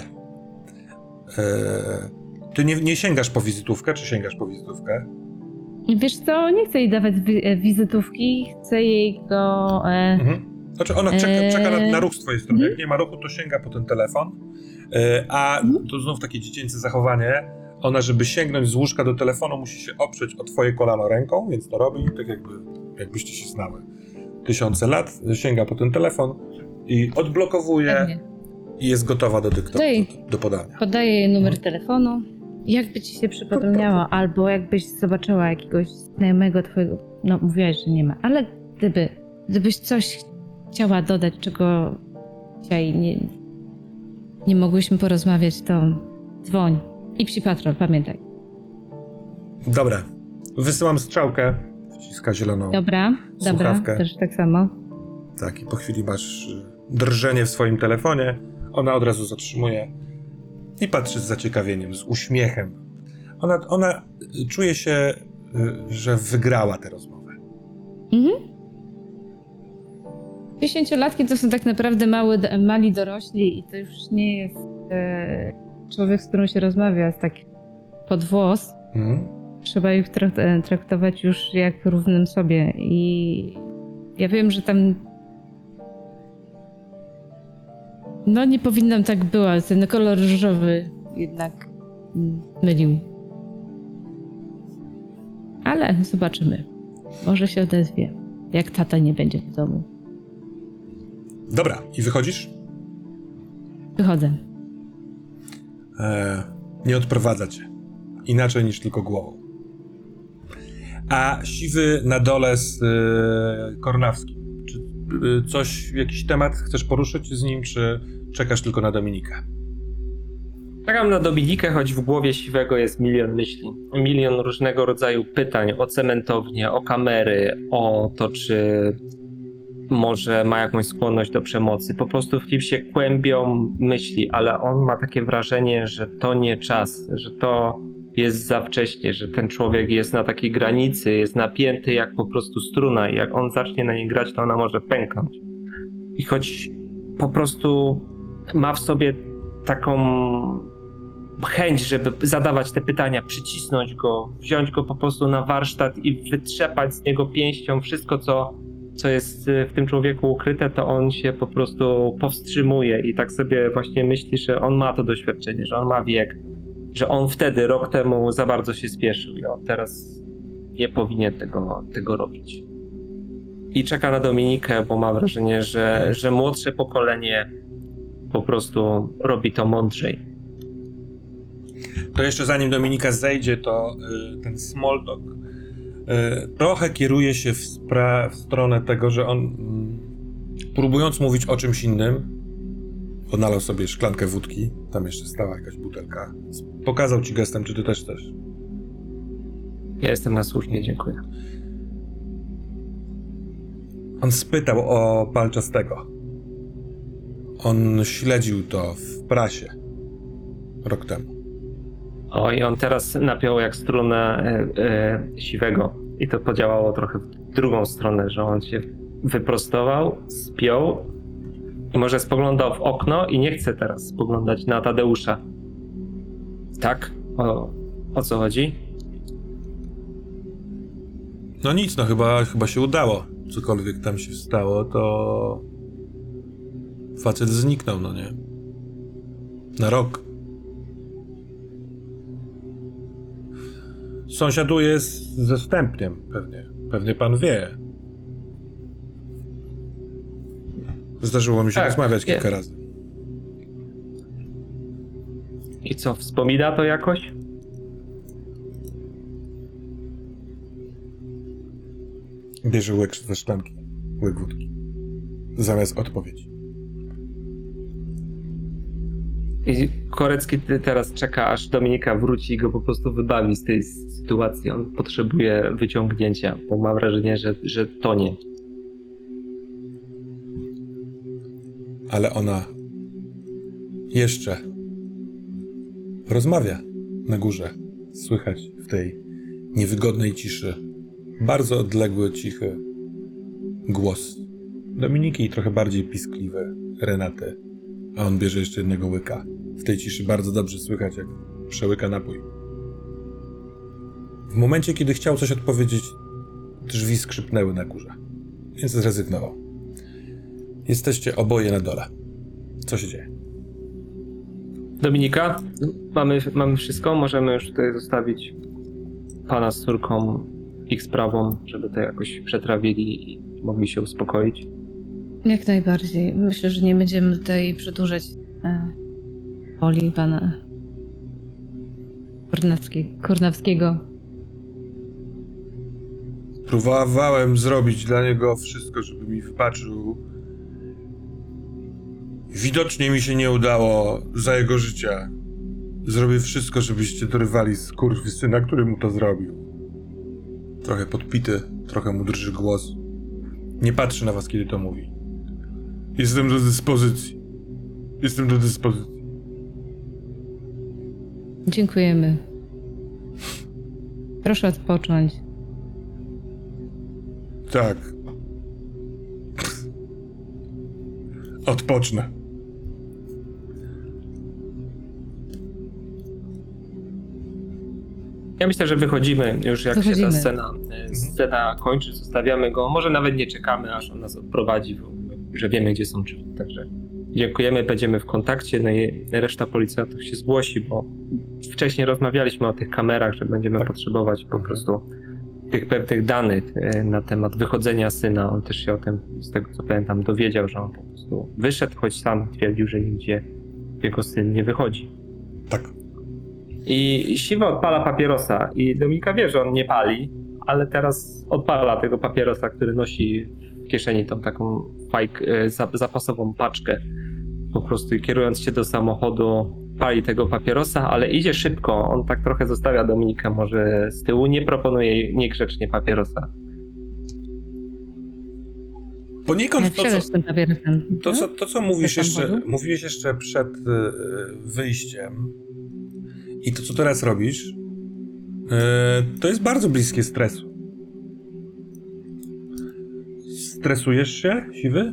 Speaker 1: Ty nie sięgasz po wizytówkę, czy sięgasz po wizytówkę?
Speaker 2: Wiesz co, nie chcę jej dawać wizytówki, chcę jej go...
Speaker 1: Znaczy ona czeka na ruch z twojej strony. Jak nie ma ruchu, to sięga po ten telefon. A to znów takie dziecięce zachowanie. Ona, żeby sięgnąć z łóżka do telefonu, musi się oprzeć o twoje kolano ręką, więc to robi, tak jakbyście się znały. 1000 lat, sięga po ten telefon i odblokowuje.
Speaker 2: Pewnie.
Speaker 1: I jest gotowa do podania.
Speaker 2: Podaję jej numer telefonu. Jakby ci się przypomniało, albo jakbyś zobaczyła jakiegoś znajomego twojego... No, mówiłaś, że nie ma, ale gdybyś coś chciała dodać, czego dzisiaj nie mogłyśmy porozmawiać, to dzwoń. I Psi Patrol, pamiętaj.
Speaker 1: Dobra. Wysyłam strzałkę. Wciska zieloną słuchawkę.
Speaker 2: Też tak samo.
Speaker 1: Tak, i po chwili masz drżenie w swoim telefonie. Ona od razu zatrzymuje i patrzy z zaciekawieniem, z uśmiechem. Ona czuje się, że wygrała tę rozmowę.
Speaker 2: 10-latki to są tak naprawdę mali dorośli i to już nie jest człowiek, z którym się rozmawia, jest tak pod włos. Trzeba ich traktować już jak równym sobie i ja wiem, że tam no nie powinnam tak było, ale ten kolor różowy jednak mylił. Ale zobaczymy. Może się odezwie, jak tata nie będzie w domu.
Speaker 1: Dobra, i wychodzisz?
Speaker 2: Wychodzę.
Speaker 1: Nie odprowadza cię. Inaczej niż tylko głową. A siwy na dole z Kornawskim. Czy jakiś temat chcesz poruszyć z nim, czy czekasz tylko na Dominikę?
Speaker 3: Czekam na Dominikę, choć w głowie siwego jest milion myśli. Milion różnego rodzaju pytań o cementownię, o kamery, o to, czy może ma jakąś skłonność do przemocy. Po prostu w nim się kłębią myśli, ale on ma takie wrażenie, że to nie czas, że to jest za wcześnie, że ten człowiek jest na takiej granicy, jest napięty jak po prostu struna i jak on zacznie na niej grać, to ona może pęknąć. I choć po prostu ma w sobie taką chęć, żeby zadawać te pytania, przycisnąć go, wziąć go po prostu na warsztat i wytrzepać z niego pięścią wszystko, co jest w tym człowieku ukryte, to on się po prostu powstrzymuje i tak sobie właśnie myśli, że on ma to doświadczenie, że on ma wiek, że on wtedy, rok temu za bardzo się spieszył i on teraz nie powinien tego robić. I czeka na Dominikę, bo ma wrażenie, że młodsze pokolenie po prostu robi to mądrzej.
Speaker 1: To jeszcze zanim Dominika zejdzie, to ten small talk trochę kieruje się w stronę tego, że on próbując mówić o czymś innym, odnalał sobie szklankę wódki, tam jeszcze stała jakaś butelka, pokazał ci gestem, czy ty też chcesz.
Speaker 3: Ja jestem na słusznie, dziękuję.
Speaker 1: On spytał o Palczastego. On śledził to w prasie rok temu.
Speaker 3: O, i on teraz napiął jak strunę siwego i to podziałało trochę w drugą stronę, że on się wyprostował, spiął i może spoglądał w okno i nie chce teraz spoglądać na Tadeusza. Tak? O co chodzi?
Speaker 1: No nic, no chyba się udało. Cokolwiek tam się stało, to facet zniknął, no nie? Na rok. Sąsiaduje ze Stępniem, pewnie. Pewnie pan wie. Zdarzyło mi się
Speaker 3: Tak,
Speaker 1: rozmawiać
Speaker 3: wie.
Speaker 1: kilka razy.
Speaker 3: I co, wspomina to jakoś?
Speaker 1: Bierze łyk ze szklanki, łyk wódki. Zamiast odpowiedzi.
Speaker 3: I Korecki teraz czeka, aż Dominika wróci i go po prostu wybawi z tej sytuacji. On potrzebuje wyciągnięcia, bo ma wrażenie, że tonie.
Speaker 1: Ale ona jeszcze rozmawia na górze. Słychać w tej niewygodnej ciszy bardzo odległy, cichy głos Dominiki i trochę bardziej piskliwy Renaty. A on bierze jeszcze jednego łyka. W tej ciszy bardzo dobrze słychać, jak przełyka napój. W momencie, kiedy chciał coś odpowiedzieć, drzwi skrzypnęły na górze, więc zrezygnował. Jesteście oboje na dole. Co się dzieje?
Speaker 3: Dominika, mamy wszystko? Możemy już tutaj zostawić pana z córką, ich sprawą, żeby to jakoś przetrawili i mogli się uspokoić?
Speaker 2: Jak najbardziej. Myślę, że nie będziemy tutaj przedłużać woli pana Kornawskiego.
Speaker 1: Próbowałem zrobić dla niego wszystko, żeby mi wybaczył. Widocznie mi się nie udało za jego życia. Zrobię wszystko, żebyście dorywali skurwysyna, który mu to zrobił. Trochę podpity, trochę mu drży głos. Nie patrzy na was, kiedy to mówi. Jestem do dyspozycji. Jestem do dyspozycji.
Speaker 2: Dziękujemy. Proszę odpocząć.
Speaker 1: Tak. Odpocznę.
Speaker 3: Ja myślę, że wychodzimy już jak się
Speaker 2: Wychodzimy.
Speaker 3: ta scena kończy, zostawiamy go, może nawet nie czekamy, aż on nas odprowadzi, bo że wiemy, gdzie są drzwi, także dziękujemy, będziemy w kontakcie, no i reszta policjantów się zgłosi, bo wcześniej rozmawialiśmy o tych kamerach, że będziemy potrzebować po prostu tych pewnych danych na temat wychodzenia syna. On też się o tym, z tego co pamiętam, dowiedział, że on po prostu wyszedł, choć sam twierdził, że nigdzie jego syn nie wychodzi.
Speaker 1: Tak.
Speaker 3: I Siwy odpala papierosa i Dominika wie, że on nie pali, ale teraz odpala tego papierosa, który nosi w kieszeni tą taką zapasową paczkę. Po prostu i kierując się do samochodu pali tego papierosa, ale idzie szybko. On tak trochę zostawia Dominikę może z tyłu, nie proponuje jej niegrzecznie papierosa.
Speaker 1: Poniekąd
Speaker 2: Ten papierosem.
Speaker 1: to, co mówisz
Speaker 2: Bez
Speaker 1: jeszcze,
Speaker 2: samochodu?
Speaker 1: mówiłeś jeszcze przed wyjściem i to, co teraz robisz, to jest bardzo bliskie stresu. Stresujesz się, Siwy?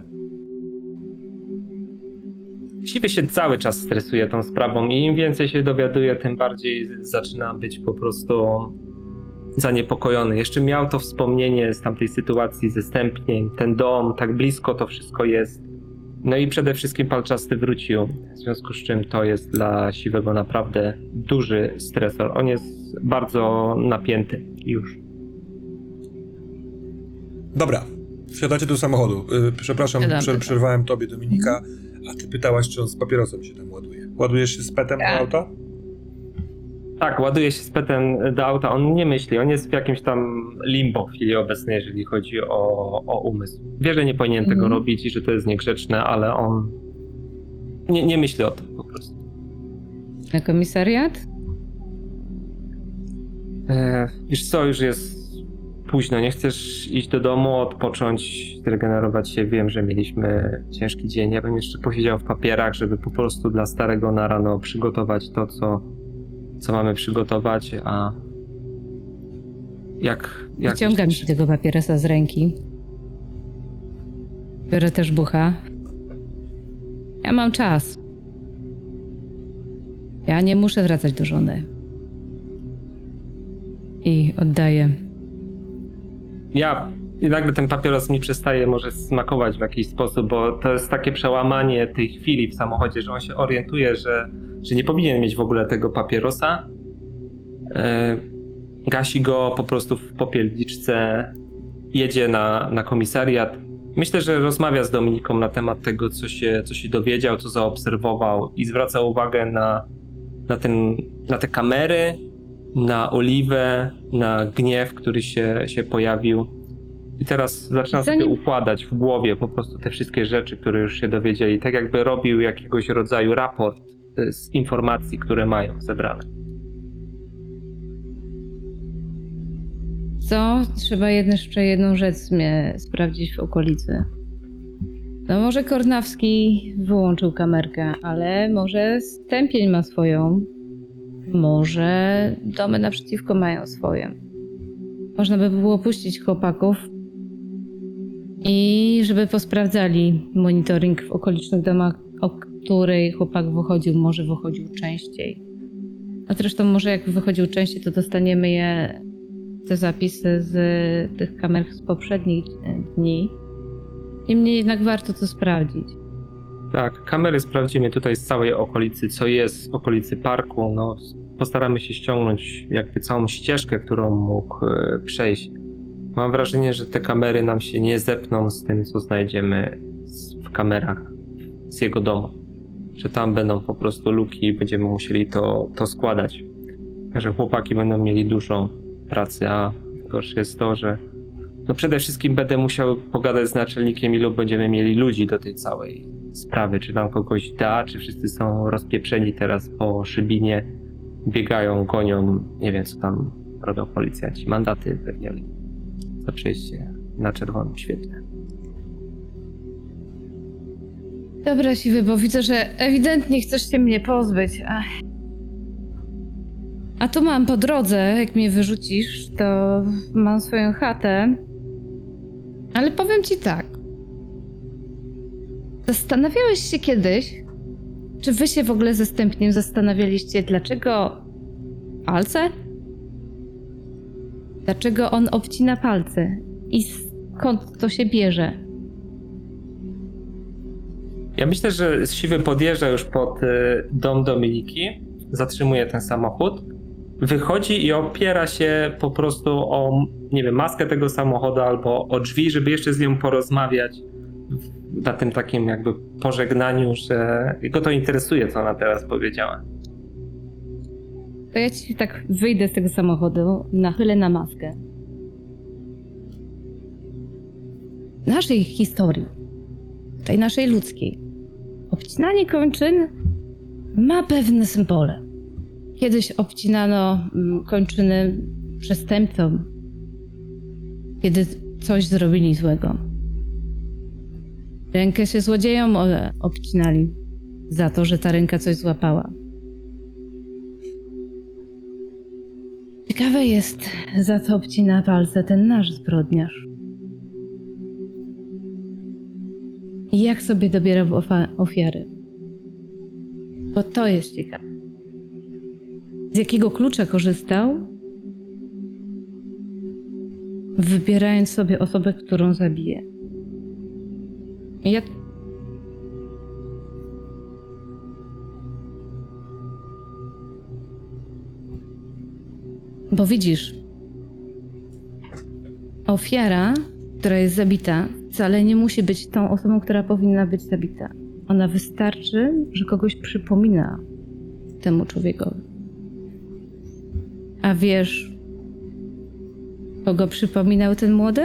Speaker 3: Siwy się cały czas stresuje tą sprawą i im więcej się dowiaduje, tym bardziej zaczyna być po prostu zaniepokojony. Jeszcze miał to wspomnienie z tamtej sytuacji ze stępnień, ten dom, tak blisko to wszystko jest. No i przede wszystkim palczasty wrócił, w związku z czym to jest dla Siwego naprawdę duży stresor. On jest bardzo napięty już.
Speaker 1: Dobra, wsiadacie do samochodu. Przepraszam,
Speaker 2: Siadamy.
Speaker 1: przerwałem tobie, Dominika, a ty pytałaś, czy on z papierosem się tam ładuje. Ładujesz się z petem do
Speaker 2: Tak.
Speaker 1: auta?
Speaker 3: Tak, ładuje się z petem do auta, on nie myśli, on jest w jakimś tam limbo w chwili obecnej, jeżeli chodzi o umysł. Wie, że nie powinien tego robić i że to jest niegrzeczne, ale on nie myśli o tym po prostu.
Speaker 2: Na komisariat?
Speaker 3: Wiesz co, już jest późno, nie chcesz iść do domu, odpocząć, zregenerować się. Wiem, że mieliśmy ciężki dzień. Ja bym jeszcze posiedział w papierach, żeby po prostu dla starego na rano przygotować to, co mamy przygotować, a jak
Speaker 2: Wyciągam ci tego papierosa z ręki. Biorę też bucha. Ja mam czas. Ja nie muszę wracać do żony. I oddaję.
Speaker 3: I nagle ten papieros mi przestaje może smakować w jakiś sposób, bo to jest takie przełamanie tej chwili w samochodzie, że on się orientuje, że nie powinien mieć w ogóle tego papierosa. Gasi go po prostu w popielniczce, jedzie na komisariat. Myślę, że rozmawia z Dominiką na temat tego, co się dowiedział, co zaobserwował i zwraca uwagę na te kamery, na Oliwę, na gniew, który się pojawił. I teraz zaczyna sobie układać w głowie po prostu te wszystkie rzeczy, które już się dowiedzieli. Tak jakby robił jakiegoś rodzaju raport z informacji, które mają zebrane.
Speaker 2: Co? Trzeba jeszcze jedną rzecz mnie sprawdzić w okolicy. No może Kornawski wyłączył kamerkę, ale może Stępień ma swoją. Może domy naprzeciwko mają swoje. Można by było puścić chłopaków i żeby posprawdzali monitoring w okolicznych domach, o której chłopak wychodził, może wychodził częściej. A zresztą może jak wychodził częściej, to dostaniemy te zapisy z tych kamer z poprzednich dni. Niemniej jednak warto to sprawdzić.
Speaker 3: Tak, kamery sprawdzimy tutaj z całej okolicy, co jest w okolicy parku. No, postaramy się ściągnąć jakby całą ścieżkę, którą mógł przejść. Mam wrażenie, że te kamery nam się nie zepną z tym, co znajdziemy w kamerach z jego domu. Że tam będą po prostu luki i będziemy musieli to składać. Także chłopaki będą mieli dużo pracy, a gorsze jest to, że no przede wszystkim będę musiał pogadać z naczelnikiem, ilu będziemy mieli ludzi do tej całej sprawy. Czy nam kogoś da, czy wszyscy są rozpieprzeni teraz po Szybinie, biegają, gonią, nie wiem co tam robią policjanci. Mandaty pewnie za przejście na czerwonym świetle.
Speaker 2: Dobra, Siwy, bo widzę, że ewidentnie chcesz się mnie pozbyć. A tu mam po drodze, jak mnie wyrzucisz, to mam swoją chatę. Ale powiem ci tak. Zastanawiałeś się kiedyś, czy wy się w ogóle ze Stępniem zastanawialiście, dlaczego palce? Dlaczego on obcina palce? I skąd to się bierze?
Speaker 3: Ja myślę, że Siwy podjeżdża już pod dom Dominiki. zatrzymuje ten samochód, wychodzi i opiera się po prostu o, nie wiem, maskę tego samochodu albo o drzwi, żeby jeszcze z nią porozmawiać na tym takim jakby pożegnaniu, że go to interesuje, co ona teraz powiedziała.
Speaker 2: To ja ci tak wyjdę z tego samochodu, nachylę na maskę. Naszej historii, tej naszej ludzkiej, obcinanie kończyn ma pewne symbole. Kiedyś obcinano kończyny przestępcom, kiedy coś zrobili złego. Rękę się złodziejom obcinali za to, że ta ręka coś złapała. Ciekawe jest, za co obcina palce ten nasz zbrodniarz. I jak sobie dobierał ofiary. Bo to jest ciekawe. Z jakiego klucza korzystał, wybierając sobie osobę, którą zabije. Bo widzisz, ofiara, która jest zabita, wcale nie musi być tą osobą, która powinna być zabita. Ona wystarczy, że kogoś przypomina temu człowiekowi. A wiesz, kogo przypominał ten młody?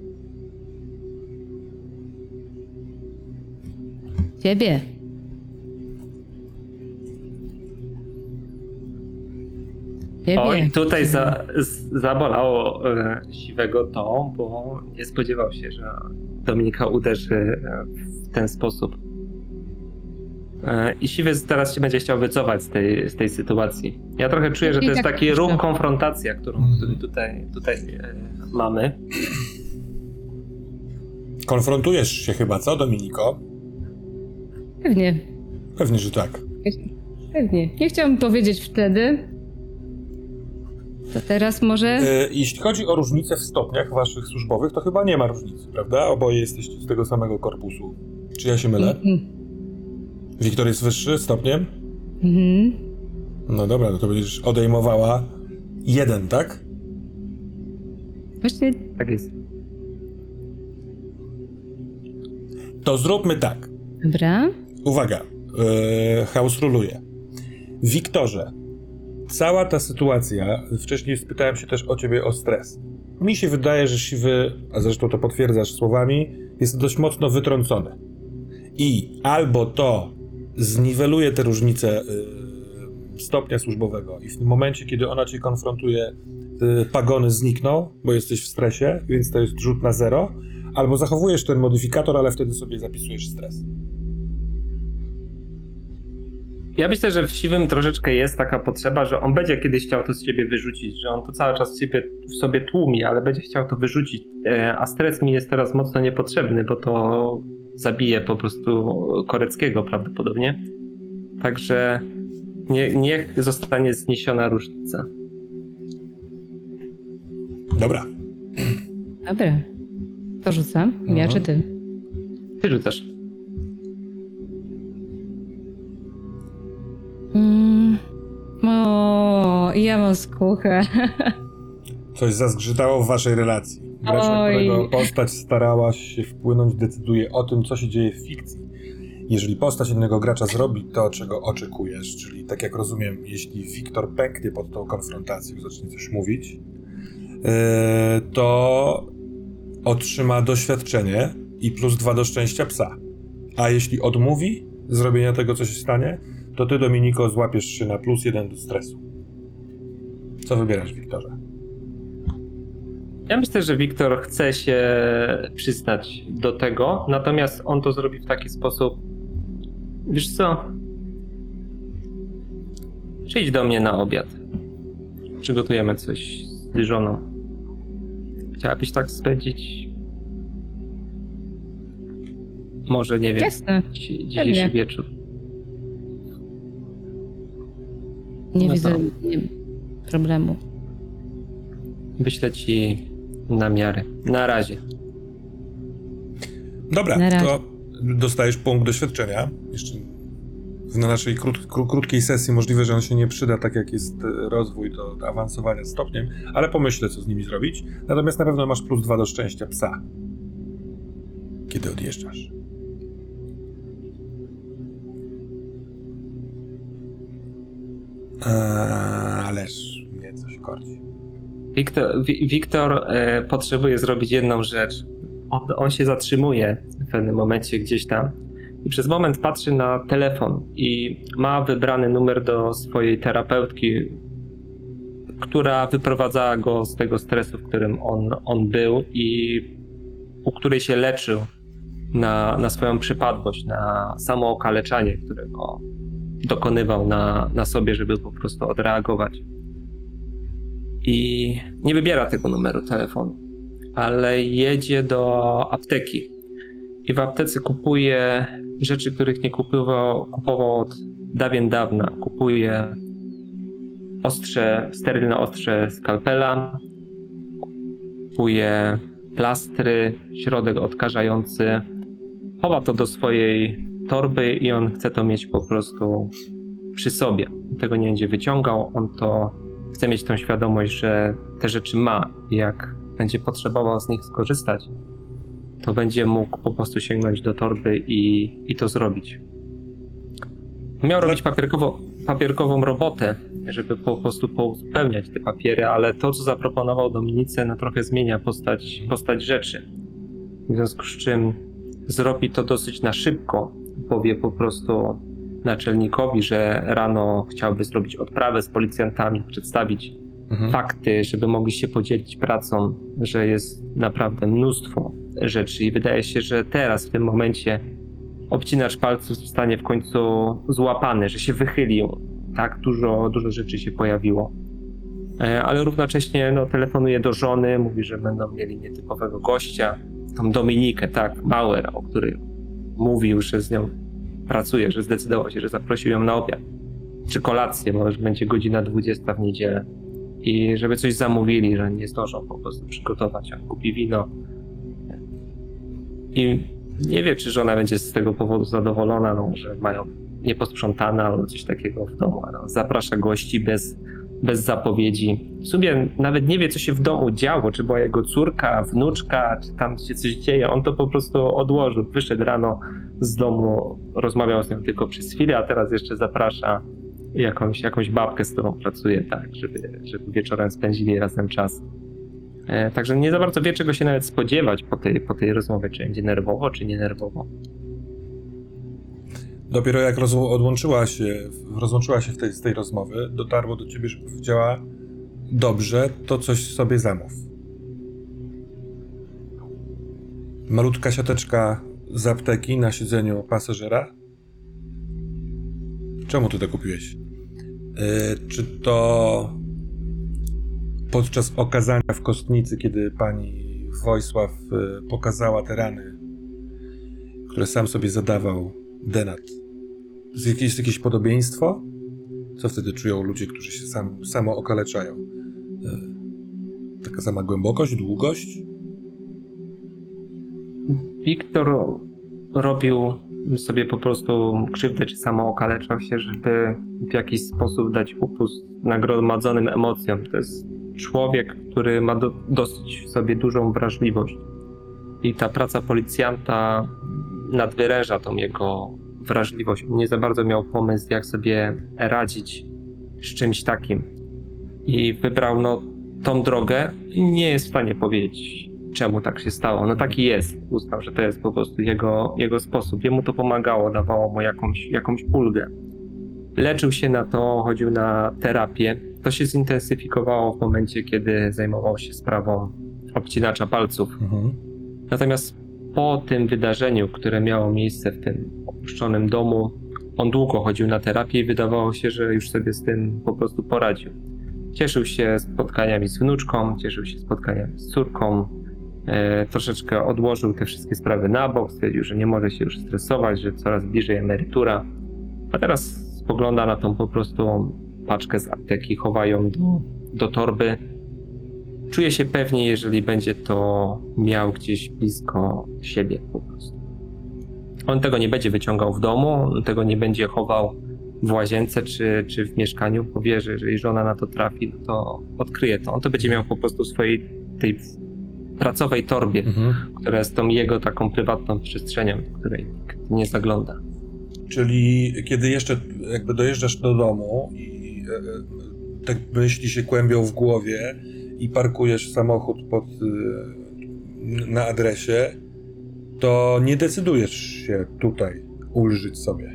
Speaker 2: Ciebie. Ciebie.
Speaker 3: Oj, tutaj zabolało Siwego to, bo nie spodziewał się, że Dominika uderzy w ten sposób. I Siwy teraz się będzie chciał wycofać z tej sytuacji. Ja trochę czuję, że to jest taki ruch, konfrontacja, którą tutaj mamy.
Speaker 1: Konfrontujesz się chyba, co, Dominiko?
Speaker 2: Pewnie.
Speaker 1: Pewnie, że tak.
Speaker 2: Pewnie. Nie chciałam powiedzieć wtedy. To teraz może...
Speaker 1: Jeśli chodzi o różnice w stopniach waszych służbowych, to chyba nie ma różnicy, prawda? Oboje jesteście z tego samego korpusu. Czy ja się mylę? Wiktor jest wyższy stopniem? No dobra, no to będziesz odejmowała 1, tak?
Speaker 2: Właśnie...
Speaker 3: Tak jest.
Speaker 1: To zróbmy tak.
Speaker 2: Dobra.
Speaker 1: Uwaga, chaos ruluje. Wiktorze, cała ta sytuacja, wcześniej spytałem się też o ciebie o stres. Mi się wydaje, że Siwy, a zresztą to potwierdzasz słowami, jest dość mocno wytrącony. I albo to zniweluje te różnice stopnia służbowego i w tym momencie, kiedy ona cię konfrontuje, pagony znikną, bo jesteś w stresie, więc to jest rzut na 0, albo zachowujesz ten modyfikator, ale wtedy sobie zapisujesz stres.
Speaker 3: Ja myślę, że w Siwym troszeczkę jest taka potrzeba, że on będzie kiedyś chciał to z siebie wyrzucić, że on to cały czas w sobie tłumi, ale będzie chciał to wyrzucić, a stres mi jest teraz mocno niepotrzebny, bo to zabije po prostu Koreckiego prawdopodobnie. Także niech zostanie zniesiona różnica.
Speaker 1: Dobra.
Speaker 2: Dobra. To rzucam. Ja czy ty?
Speaker 3: Ty rzucasz.
Speaker 2: O, ja mam skuchę.
Speaker 1: Coś zazgrzytało w waszej relacji. Gracz, na którego postać starałaś się wpłynąć, decyduje o tym, co się dzieje w fikcji. Jeżeli postać innego gracza zrobi to, czego oczekujesz, czyli tak jak rozumiem, jeśli Wiktor pęknie pod tą konfrontacją, zacznie coś mówić, to otrzyma doświadczenie i +2 do szczęścia psa. A jeśli odmówi zrobienia tego, co się stanie, to ty, Dominiko, złapiesz się na +1 do stresu. Co wybierasz, Wiktorze?
Speaker 3: Ja myślę, że Wiktor chce się przyznać do tego, natomiast on to zrobi w taki sposób. Wiesz co? Przyjdź do mnie na obiad. Przygotujemy coś z żoną. Chciałabyś tak spędzić? Może, nie wiem,
Speaker 2: Jasne.
Speaker 3: dzisiejszy wieczór.
Speaker 2: Nie
Speaker 3: No
Speaker 2: widzę
Speaker 3: to
Speaker 2: problemu.
Speaker 3: wyślę ci namiary. Na razie.
Speaker 1: Dobra,
Speaker 2: Na razie.
Speaker 1: to dostajesz punkt doświadczenia. Jeszcze Na naszej krótkiej sesji możliwe, że on się nie przyda, tak jak jest rozwój do awansowania stopniem, ale pomyślę, co z nimi zrobić. Natomiast na pewno masz +2 do szczęścia psa, kiedy odjeżdżasz. Ależ mnie coś korci.
Speaker 3: Wiktor potrzebuje zrobić jedną rzecz. On się zatrzymuje w pewnym momencie gdzieś tam i przez moment patrzy na telefon i ma wybrany numer do swojej terapeutki, która wyprowadzała go z tego stresu, w którym on był i u której się leczył na swoją przypadłość, na samookaleczanie, którego dokonywał na sobie, żeby po prostu odreagować. I nie wybiera tego numeru telefonu, ale jedzie do apteki i w aptece kupuje rzeczy, których nie kupował od dawien dawna. Kupuje sterylne ostrze skalpela, kupuje plastry, środek odkażający, chowa to do swojej torby i on chce to mieć po prostu przy sobie. Tego nie będzie wyciągał, on to chce mieć tą świadomość, że te rzeczy ma i jak będzie potrzebował z nich skorzystać, to będzie mógł po prostu sięgnąć do torby i to zrobić. Miał robić papierkową robotę, żeby po prostu pouzupełniać te papiery, ale to, co zaproponował Dominice, no trochę zmienia postać rzeczy. W związku z czym zrobi to dosyć na szybko. Powie po prostu naczelnikowi, że rano chciałby zrobić odprawę z policjantami, przedstawić fakty, żeby mogli się podzielić pracą, że jest naprawdę mnóstwo rzeczy i wydaje się, że teraz, w tym momencie obcinacz palców zostanie w końcu złapany, że się wychylił. Tak dużo rzeczy się pojawiło. Ale równocześnie telefonuje do żony, mówi, że będą mieli nietypowego gościa, tą Dominikę, tak, Mauer, o której mówił, że z nią pracuje, że zdecydował się, że zaprosił ją na obiad czy kolację, może będzie godzina 20 w niedzielę i żeby coś zamówili, że nie zdążą po prostu przygotować, on kupi wino i nie wie, czy żona będzie z tego powodu zadowolona, że mają nieposprzątane albo coś takiego w domu, zaprasza gości bez zapowiedzi. W sumie nawet nie wie, co się w domu działo, czy była jego córka, wnuczka, czy tam się coś dzieje. On to po prostu odłożył. Wyszedł rano z domu, rozmawiał z nią tylko przez chwilę, a teraz jeszcze zaprasza jakąś babkę, z którą pracuje, tak, żeby wieczorem spędzili razem czas. Także nie za bardzo wie, czego się nawet spodziewać po tej rozmowie, czy będzie nerwowo, czy nie nerwowo.
Speaker 1: Dopiero jak rozłączyła się z tej rozmowy, dotarło do ciebie, że powiedziała: dobrze, to coś sobie zamów. Malutka siateczka z apteki na siedzeniu pasażera. Czemu ty to kupiłeś? Czy to podczas okazania w kostnicy, kiedy pani Wojsław pokazała te rany, które sam sobie zadawał Denat? Jest jakieś podobieństwo? Co wtedy czują ludzie, którzy się samo okaleczają? Taka sama głębokość, długość?
Speaker 3: Wiktor robił sobie po prostu krzywdę, czy samo okaleczał się, żeby w jakiś sposób dać upust nagromadzonym emocjom. To jest człowiek, który ma dosyć w sobie dużą wrażliwość i ta praca policjanta nadwyręża tą jego wrażliwość. Nie za bardzo miał pomysł, jak sobie radzić z czymś takim i wybrał tą drogę i nie jest w stanie powiedzieć, czemu tak się stało. Taki jest. Uznał, że to jest po prostu jego sposób. Jemu to pomagało, dawało mu jakąś ulgę. Leczył się na to, chodził na terapię. To się zintensyfikowało w momencie, kiedy zajmował się sprawą obcinacza palców. Natomiast po tym wydarzeniu, które miało miejsce w tym opuszczonym domu, on długo chodził na terapię i wydawało się, że już sobie z tym po prostu poradził. Cieszył się spotkaniami z wnuczką, cieszył się spotkaniami z córką, troszeczkę odłożył te wszystkie sprawy na bok, stwierdził, że nie może się już stresować, że coraz bliżej emerytura, a teraz spogląda na tą po prostu paczkę z apteki, chowa ją do torby. Czuje się pewnie, jeżeli będzie to miał gdzieś blisko siebie po prostu. On tego nie będzie wyciągał w domu, on tego nie będzie chował w łazience czy w mieszkaniu, bo wie, że jeżeli żona na to trafi, no to odkryje to. On to będzie miał po prostu w swojej tej pracowej torbie, która jest tą jego taką prywatną przestrzenią, do której nikt nie zagląda.
Speaker 1: Czyli kiedy jeszcze jakby dojeżdżasz do domu i te myśli się kłębią w głowie i parkujesz samochód na adresie, to nie decydujesz się tutaj ulżyć sobie.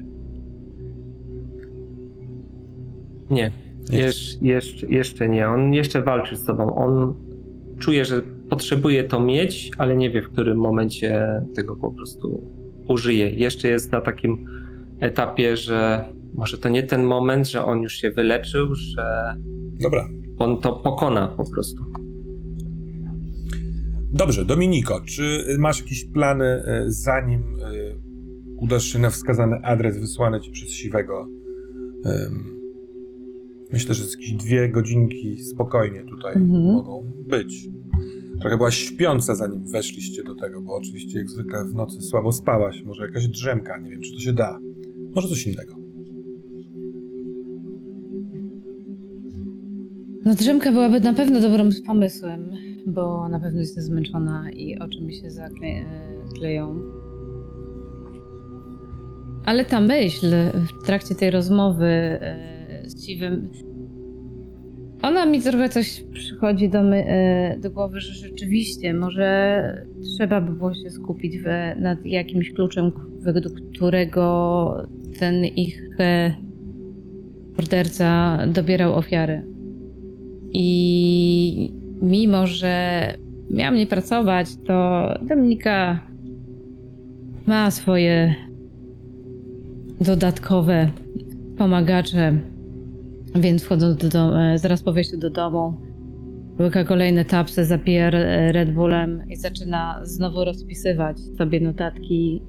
Speaker 3: Nie, jeszcze nie. On jeszcze walczy z sobą. On czuje, że potrzebuje to mieć, ale nie wie, w którym momencie tego po prostu użyje. Jeszcze jest na takim etapie, że może to nie ten moment, że on już się wyleczył, że
Speaker 1: Dobra.
Speaker 3: on to pokona po prostu.
Speaker 1: Dobrze, Dominiko, czy masz jakieś plany, zanim udasz się na wskazany adres wysłany ci przez Siwego? Myślę, że jakieś 2 godzinki spokojnie tutaj mogą być. Trochę byłaś śpiąca, zanim weszliście do tego, bo oczywiście jak zwykle w nocy słabo spałaś. Może jakaś drzemka, nie wiem, czy to się da. Może coś innego.
Speaker 2: No drzemka byłaby na pewno dobrym pomysłem, bo na pewno jestem zmęczona i oczy mi się zakleją. Ale ta myśl w trakcie tej rozmowy z Siwym, ona mi trochę coś przychodzi do głowy, że rzeczywiście może trzeba by było się skupić nad jakimś kluczem, według którego ten ich morderca dobierał ofiary. I mimo, że miałam nie pracować, to Dominika ma swoje dodatkowe pomagacze, więc wchodząc do domu, zaraz po wejściu do domu, łyka kolejne tapsy, zapija Red Bullem i zaczyna znowu rozpisywać sobie notatki,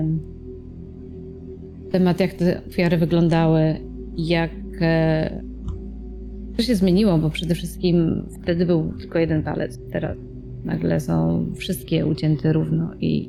Speaker 2: temat jak te ofiary wyglądały, jak to się zmieniło, bo przede wszystkim wtedy był tylko jeden palec, teraz nagle są wszystkie ucięte równo i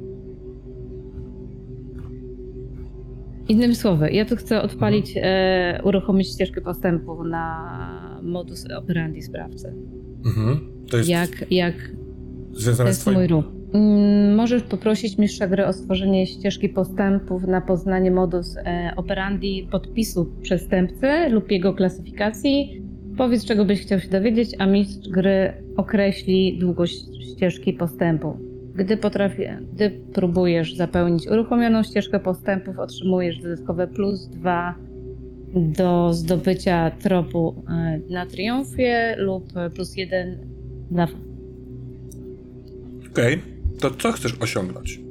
Speaker 2: innymi słowy, ja tu chcę odpalić, uruchomić ścieżkę postępu na modus operandi sprawcy.
Speaker 1: To jest
Speaker 2: Jak
Speaker 1: związane z
Speaker 2: to
Speaker 1: twoim...
Speaker 2: jest mój ruch. Możesz poprosić mistrza gry o stworzenie ścieżki postępów na poznanie modus operandi podpisu przestępcy lub jego klasyfikacji. Powiedz, czego byś chciał się dowiedzieć, a mistrz gry określi długość ścieżki postępu. Gdy próbujesz zapełnić uruchomioną ścieżkę postępów, otrzymujesz dodatkowe +2 do zdobycia tropu na triumfie lub +1 na...
Speaker 1: Okej, to co chcesz osiągnąć?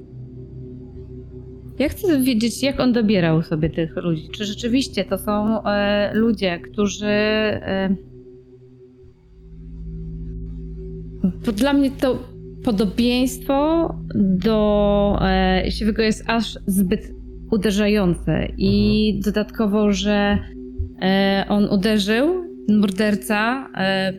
Speaker 2: Ja chcę wiedzieć, jak on dobierał sobie tych ludzi. Czy rzeczywiście to są ludzie, którzy... Bo dla mnie to podobieństwo do Siwego jest aż zbyt uderzające. I dodatkowo, że on uderzył, morderca,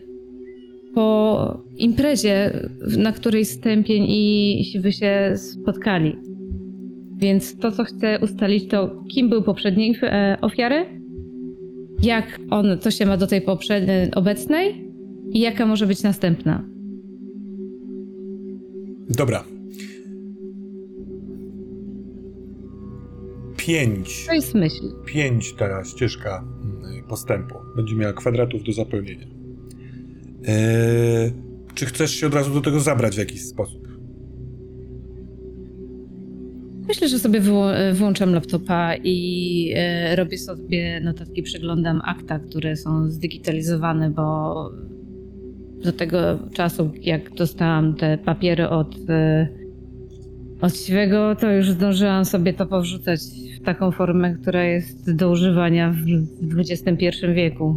Speaker 2: po imprezie, na której Stępień i Siwy się spotkali. Więc to, co chcę ustalić, to kim był poprzedniej ofiary, jak to się ma do tej obecnej i jaka może być następna.
Speaker 1: Dobra. 5.
Speaker 2: To jest myśl.
Speaker 1: 5 ta ścieżka postępu. Będzie miała kwadratów do zapełnienia. Czy chcesz się od razu do tego zabrać w jakiś sposób?
Speaker 2: Myślę, że sobie włączam laptopa i robię sobie notatki, przeglądam akta, które są zdigitalizowane, bo do tego czasu, jak dostałam te papiery od Siwego, to już zdążyłam sobie to powrzucać w taką formę, która jest do używania w XXI wieku.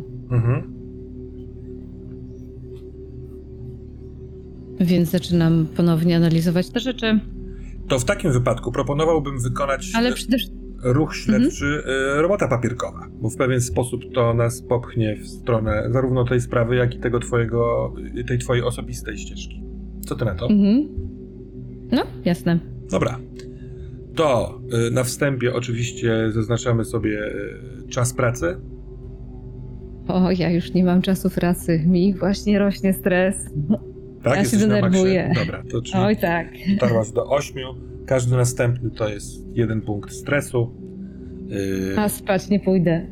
Speaker 2: Więc zaczynam ponownie analizować te rzeczy.
Speaker 1: To w takim wypadku proponowałbym wykonać ruch śledczy, robota papierkowa, bo w pewien sposób to nas popchnie w stronę zarówno tej sprawy, jak i tej twojej osobistej ścieżki. Co ty na to?
Speaker 2: No, jasne.
Speaker 1: Dobra. To na wstępie oczywiście zaznaczamy sobie czas pracy.
Speaker 2: O, ja już nie mam czasu pracy. Mi właśnie rośnie stres.
Speaker 1: Tak,
Speaker 2: Ja się
Speaker 1: jesteś na maksie?
Speaker 2: denerwuję.
Speaker 1: Dobra, to czyli
Speaker 2: Oj tak.
Speaker 1: dotarłaś do 8. Każdy następny to jest 1 punkt stresu.
Speaker 2: A spać nie pójdę.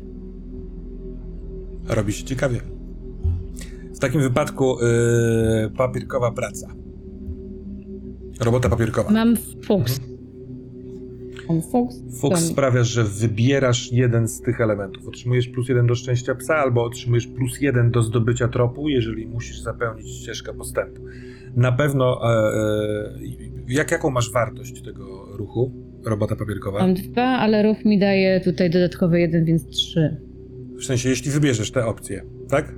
Speaker 1: Robi się ciekawie. W takim wypadku papierkowa praca. Robota papierkowa.
Speaker 2: Mam fuks. Mam fuks?
Speaker 1: Fuks
Speaker 2: To-
Speaker 1: sprawia, że wybierasz jeden z tych elementów. Otrzymujesz +1 do szczęścia psa, albo otrzymujesz +1 do zdobycia tropu, jeżeli musisz zapełnić ścieżkę postępu. Na pewno, jaką masz wartość tego ruchu, robota papierkowa?
Speaker 2: Mam 2, ale ruch mi daje tutaj dodatkowy 1, więc 3.
Speaker 1: W sensie, jeśli wybierzesz te opcje, tak?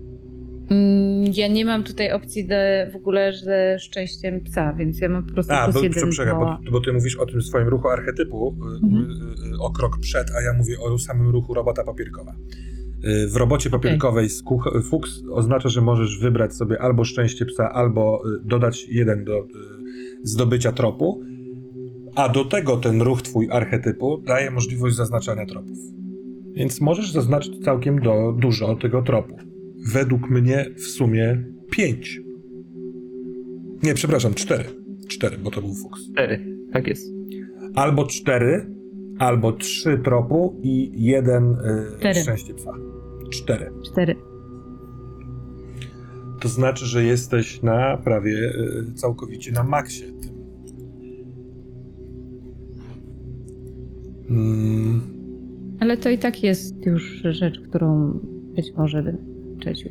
Speaker 2: Ja nie mam tutaj opcji w ogóle ze szczęściem psa, więc ja mam po prostu
Speaker 1: A,
Speaker 2: plus 1
Speaker 1: bo ty mówisz o tym swoim ruchu archetypu, o krok przed, a ja mówię o samym ruchu robota papierkowa. W robocie papierkowej fuks oznacza, że możesz wybrać sobie albo szczęście psa, albo dodać 1 do zdobycia tropu, a do tego ten ruch twój archetypu daje możliwość zaznaczania tropów. Więc możesz zaznaczyć całkiem dużo tego tropu. Według mnie w sumie 5. Nie, przepraszam, 4. 4, bo to był fuks.
Speaker 3: 4, tak jest.
Speaker 1: Albo 4, albo 3 tropu i 1
Speaker 2: 4.
Speaker 1: szczęście psa. 4.
Speaker 2: 4.
Speaker 1: To znaczy, że jesteś na prawie całkowicie na maksie tym.
Speaker 2: Ale to i tak jest już rzecz, którą być może będę kończył.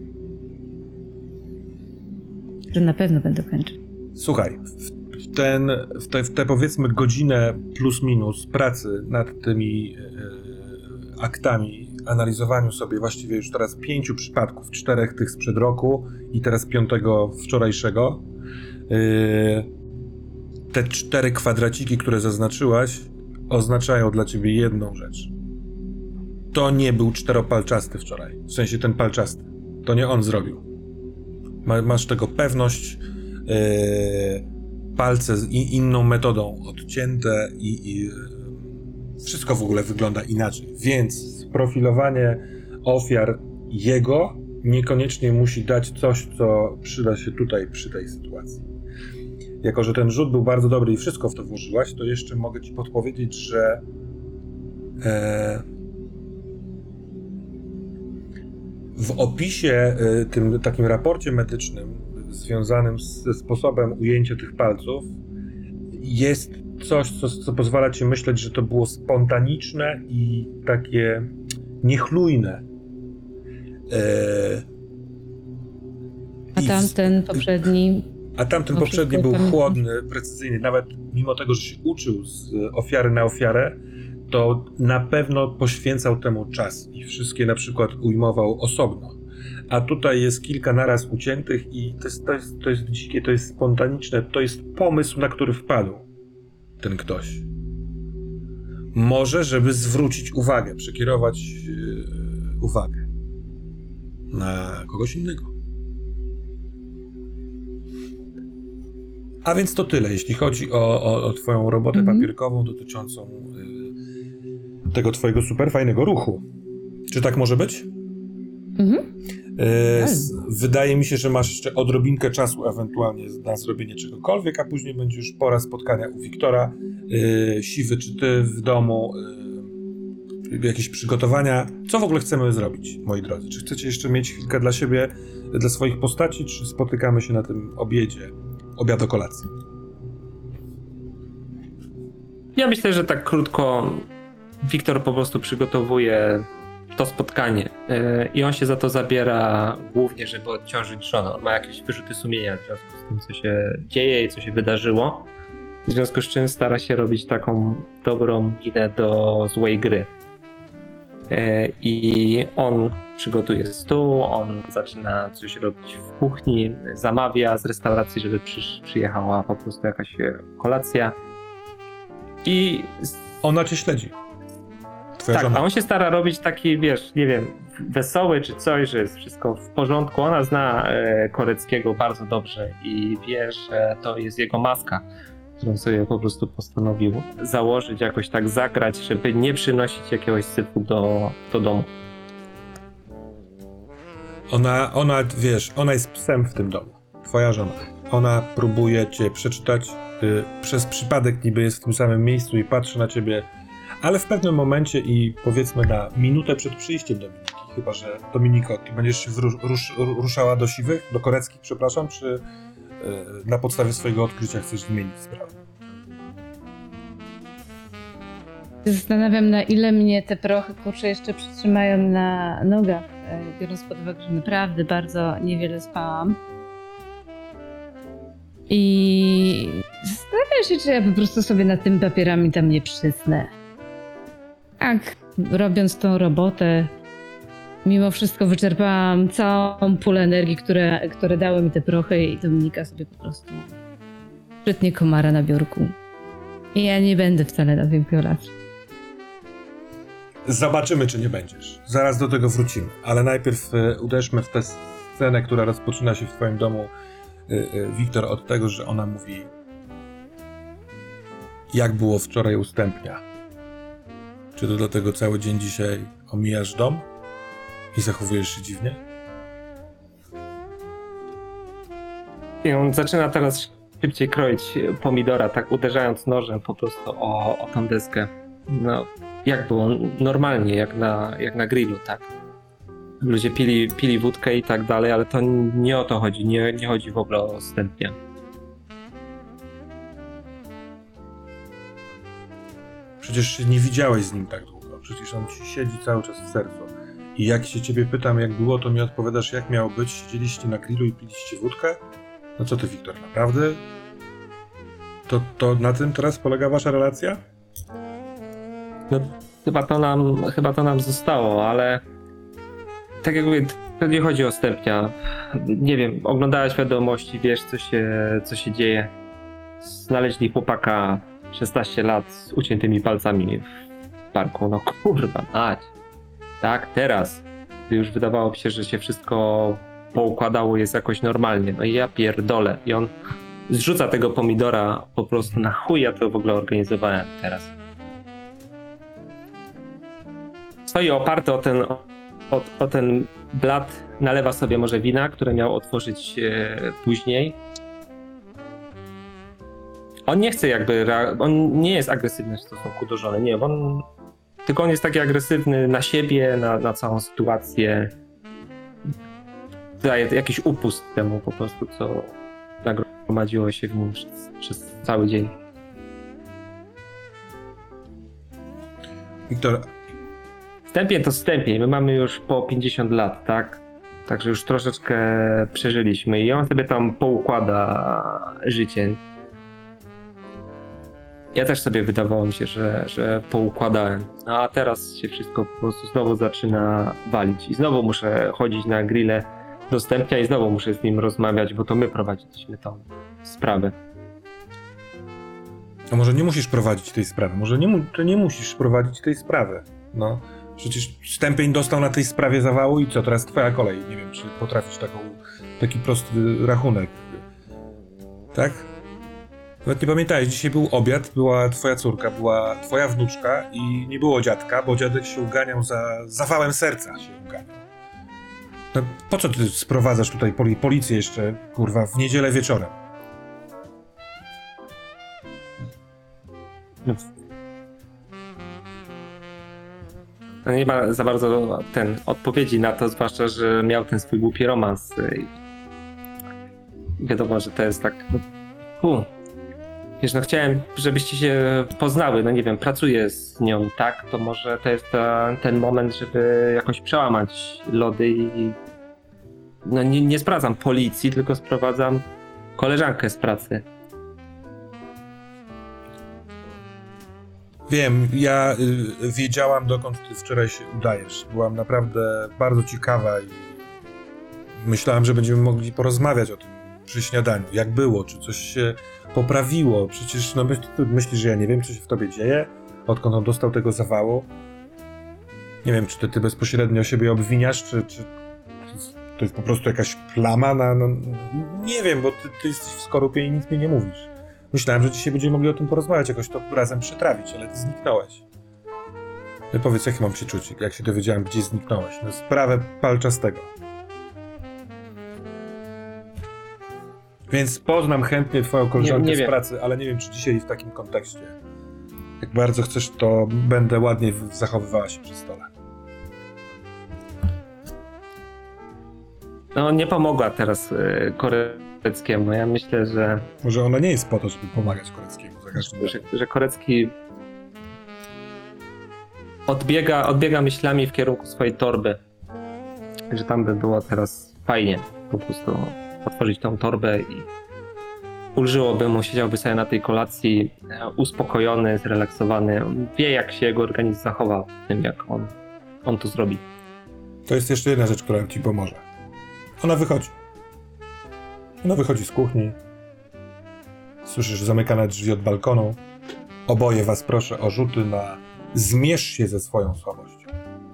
Speaker 2: Że na pewno będę kończyć.
Speaker 1: Słuchaj, w tę powiedzmy godzinę plus minus pracy nad tymi aktami, analizowaniu sobie właściwie już teraz 5 przypadków, 4 tych sprzed roku i teraz 5 wczorajszego, te 4 kwadraciki, które zaznaczyłaś, oznaczają dla ciebie jedną rzecz. To nie był czteropalczasty wczoraj, w sensie ten palczasty. To nie on zrobił. Masz tego pewność, palce inną metodą odcięte i wszystko w ogóle wygląda inaczej. Więc profilowanie ofiar jego niekoniecznie musi dać coś, co przyda się tutaj przy tej sytuacji. Jako że ten rzut był bardzo dobry i wszystko w to włożyłaś, to jeszcze mogę ci podpowiedzieć, że w opisie, tym takim raporcie medycznym związanym ze sposobem ujęcia tych palców jest coś, co pozwala ci myśleć, że to było spontaniczne i takie niechlujne.
Speaker 2: A tamten poprzedni...
Speaker 1: A tamten poprzedni był chłodny, precyzyjny. Nawet mimo tego, że się uczył z ofiary na ofiarę, to na pewno poświęcał temu czas i wszystkie na przykład ujmował osobno. A tutaj jest kilka naraz uciętych i to jest dzikie, to jest spontaniczne, to jest pomysł, na który wpadł ten ktoś. Może, żeby zwrócić uwagę, przekierować uwagę na kogoś innego. A więc to tyle, jeśli chodzi o twoją robotę papierkową dotyczącą tego twojego super fajnego ruchu. Czy tak może być? Wydaje mi się, że masz jeszcze odrobinkę czasu ewentualnie na zrobienie czegokolwiek, a później będzie już pora spotkania u Wiktora. Siwy, czy ty w domu jakieś przygotowania? Co w ogóle chcemy zrobić, moi drodzy? Czy chcecie jeszcze mieć chwilkę dla siebie, dla swoich postaci, czy spotykamy się na tym obiedzie, obiado-kolacji?
Speaker 3: Ja myślę, że tak krótko Wiktor po prostu przygotowuje to spotkanie i on się za to zabiera głównie, żeby odciążyć żonę. On ma jakieś wyrzuty sumienia w związku z tym, co się dzieje i co się wydarzyło. W związku z czym stara się robić taką dobrą minę do złej gry. I on przygotuje stół, on zaczyna coś robić w kuchni, zamawia z restauracji, żeby przyjechała po prostu jakaś kolacja. I
Speaker 1: ona cię śledzi. Twoja
Speaker 3: tak,
Speaker 1: żona.
Speaker 3: a on się stara robić taki, wiesz, nie wiem, wesoły czy coś, że jest wszystko w porządku. Ona zna Koreckiego bardzo dobrze i wie, że to jest jego maska. którą sobie po prostu postanowił założyć, jakoś tak zagrać, żeby nie przynosić jakiegoś syfu do domu.
Speaker 1: Wiesz, ona jest psem w tym domu. Twoja żona. Ona próbuje cię przeczytać. Przez przypadek niby jest w tym samym miejscu i patrzy na ciebie, ale w pewnym momencie i powiedzmy na minutę przed przyjściem Dominiki, chyba że Dominiko, ty będziesz się ruszała do siwych, do koreckich, przepraszam, czy na podstawie swojego odkrycia chcesz zmienić sprawę?
Speaker 2: Zastanawiam, na ile mnie te prochy kurcze jeszcze przytrzymają na nogach, biorąc pod uwagę, że naprawdę bardzo niewiele spałam. I zastanawiam się, czy ja po prostu sobie nad tymi papierami tam nie przysnę. Tak, robiąc tą robotę, mimo wszystko wyczerpałam całą pulę energii, które dały mi te prochy i Dominika sobie po prostu przytnie komara na biurku. I ja nie będę wcale na tym piorać.
Speaker 1: Zobaczymy, czy nie będziesz. Zaraz do tego wrócimy, ale najpierw uderzmy w tę scenę, która rozpoczyna się w twoim domu, Wiktor, od tego, że ona mówi: jak było wczoraj u Stępnia? Czy to dlatego cały dzień dzisiaj omijasz dom i zachowujesz się dziwnie?
Speaker 3: I on zaczyna teraz szybciej kroić pomidora, tak uderzając nożem po prostu o tą deskę. No, jak było? Normalnie, jak na grillu, tak. Ludzie pili wódkę i tak dalej, ale to nie o to chodzi, nie chodzi w ogóle o Stępnia.
Speaker 1: Przecież się nie widziałeś z nim tak długo. Przecież on ci siedzi cały czas w sercu. I jak się ciebie pytam, jak było, to mi odpowiadasz, jak miało być. Siedzieliście na grillu i piliście wódkę? No co ty, Wiktor, naprawdę? To na tym teraz polega wasza relacja?
Speaker 3: No, chyba to nam zostało, ale tak jak mówię, to nie chodzi o Stępnia. Nie wiem, oglądałeś wiadomości, wiesz co się dzieje. Znaleźli chłopaka 16 lat z uciętymi palcami w parku. No kurwa mać. Tak, teraz, gdy już wydawało mi się, że się wszystko poukładało, jest jakoś normalnie. No i ja pierdolę. I on zrzuca tego pomidora po prostu na chuj, ja to w ogóle organizowałem teraz. Stoi oparty o ten blat, nalewa sobie może wina, które miał otworzyć później. On nie chce on nie jest agresywny w stosunku do żony, nie, tylko on jest taki agresywny na siebie, na całą sytuację. Daje jakiś upust temu po prostu, co nagromadziło się w nim przez cały dzień.
Speaker 1: Wiktor,
Speaker 3: Stępień to stępień, my mamy już po 50 lat, tak? Także już troszeczkę przeżyliśmy i on sobie tam poukłada życie. Ja też sobie wydawało mi się, że poukładałem, a teraz się wszystko po prostu znowu zaczyna walić i znowu muszę chodzić na grille do Stępnia i znowu muszę z nim rozmawiać, bo to my prowadziliśmy tą sprawę.
Speaker 1: a może nie musisz prowadzić tej sprawy? Może nie musisz prowadzić tej sprawy? No, przecież Stępień dostał na tej sprawie zawału i co, teraz twoja kolej. Nie wiem, czy potrafisz taki prosty rachunek. Tak? Nawet nie pamiętałeś, dzisiaj był obiad, była twoja córka, była twoja wnuczka i nie było dziadka, bo dziadek się uganiał za zawałem serca się uganiał. No, po co ty sprowadzasz tutaj policję jeszcze, kurwa, w niedzielę wieczorem?
Speaker 3: No nie ma za bardzo odpowiedzi na to, zwłaszcza, że miał ten swój głupi romans. Wiadomo, że to jest tak... Wiesz, no chciałem, żebyście się poznały, no nie wiem, pracuję z nią, tak? To może to jest ten moment, żeby jakoś przełamać lody i... No nie sprowadzam policji, tylko sprowadzam koleżankę z pracy.
Speaker 1: Wiem, ja wiedziałam, dokąd ty wczoraj się udajesz. Byłam naprawdę bardzo ciekawa i myślałam, że będziemy mogli porozmawiać o tym przy śniadaniu. Jak było? Czy coś się poprawiło? Przecież no, myślisz, że ja nie wiem, co się w tobie dzieje? Odkąd on dostał tego zawału? Nie wiem, czy ty bezpośrednio siebie obwiniasz, czy to jest po prostu jakaś plama na... No, nie wiem, bo ty jesteś w skorupie i nic mi nie mówisz. Myślałem, że dzisiaj będziemy mogli o tym porozmawiać, jakoś to razem przetrawić, ale ty zniknąłeś. No powiedz, jak mam się czuć, jak się dowiedziałem, gdzie zniknąłeś. No sprawę palczastego. Więc poznam chętnie twoją koleżankę
Speaker 3: Nie
Speaker 1: z
Speaker 3: wiem.
Speaker 1: pracy, ale nie wiem, czy dzisiaj w takim kontekście. Jak bardzo chcesz, to będę ładnie zachowywała się przy stole.
Speaker 3: No nie pomogła teraz Koreckiemu. Ja myślę, że
Speaker 1: Może ona nie jest po to, żeby pomagać Koreckiemu za każdym razem.
Speaker 3: że Korecki odbiega myślami w kierunku swojej torby. Że tam by było teraz fajnie po prostu otworzyć tą torbę i ulżyłoby mu, siedziałby sobie na tej kolacji uspokojony, zrelaksowany. On wie, jak się jego organizm zachowa w tym, jak on to zrobi.
Speaker 1: To jest jeszcze jedna rzecz, która ci pomoże. Ona wychodzi. Ona wychodzi z kuchni. Słyszysz zamykane drzwi od balkonu. Oboje was proszę o rzuty na zmierz się ze swoją słabością.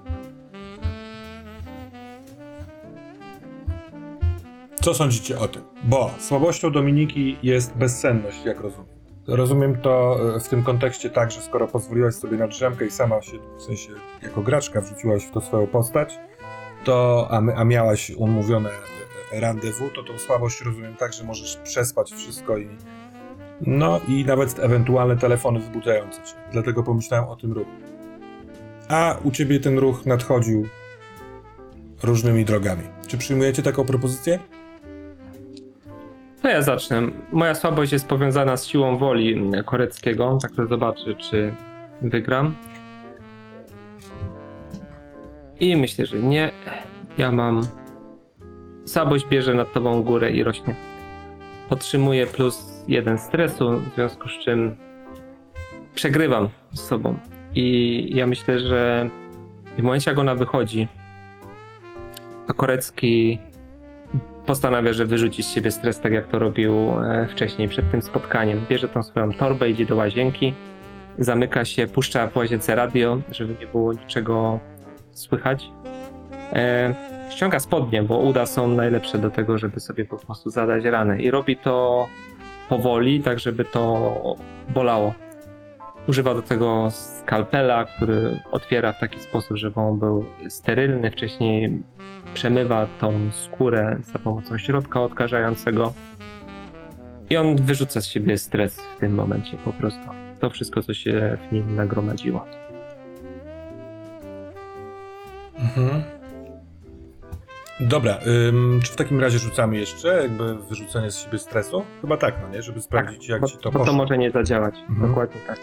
Speaker 1: Co sądzicie o tym? Bo słabością Dominiki jest bezsenność, jak rozumiem. Rozumiem to w tym kontekście tak, że skoro pozwoliłaś sobie na drzemkę i sama się, w sensie jako graczka wrzuciłaś w to swoją postać, to, a miałaś umówione rendezvous, to tą słabość rozumiem tak, że możesz przespać wszystko i no i nawet ewentualne telefony wzbudzające cię. Dlatego pomyślałem o tym ruchu. A u ciebie ten ruch nadchodził różnymi drogami. Czy przyjmujecie taką propozycję?
Speaker 3: No ja zacznę. Moja słabość jest powiązana z siłą woli Koreckiego, także zobaczę, czy wygram. I myślę, że nie. Ja mam... Słabość bierze nad tobą górę i rośnie. Otrzymuję +1 stresu, w związku z czym przegrywam z sobą. I ja myślę, że w momencie, jak ona wychodzi, to Korecki postanawia, że wyrzuci z siebie stres, tak jak to robił wcześniej, przed tym spotkaniem. Bierze tą swoją torbę, idzie do łazienki, zamyka się, puszcza w łazience radio, żeby nie było niczego słychać. Ściąga spodnie, bo uda są najlepsze do tego, żeby sobie po prostu zadać ranę. I robi to powoli, tak żeby to bolało. Używa do tego skalpela, który otwiera w taki sposób, żeby on był sterylny. Wcześniej przemywa tą skórę za pomocą środka odkażającego. I on wyrzuca z siebie stres w tym momencie po prostu. To wszystko, co się w nim nagromadziło.
Speaker 1: Mhm. Dobra, czy w takim razie rzucamy jeszcze jakby wyrzucenie z siebie stresu? Chyba tak, no nie? Żeby sprawdzić, jak ci to
Speaker 3: bo
Speaker 1: poszło.
Speaker 3: to może nie zadziałać.
Speaker 1: Mhm.
Speaker 3: Dokładnie tak.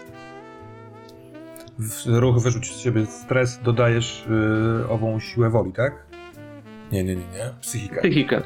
Speaker 1: W ruch wyrzuć z siebie stres, dodajesz ową siłę woli, tak? Nie. Psychikę.
Speaker 3: Psychikę.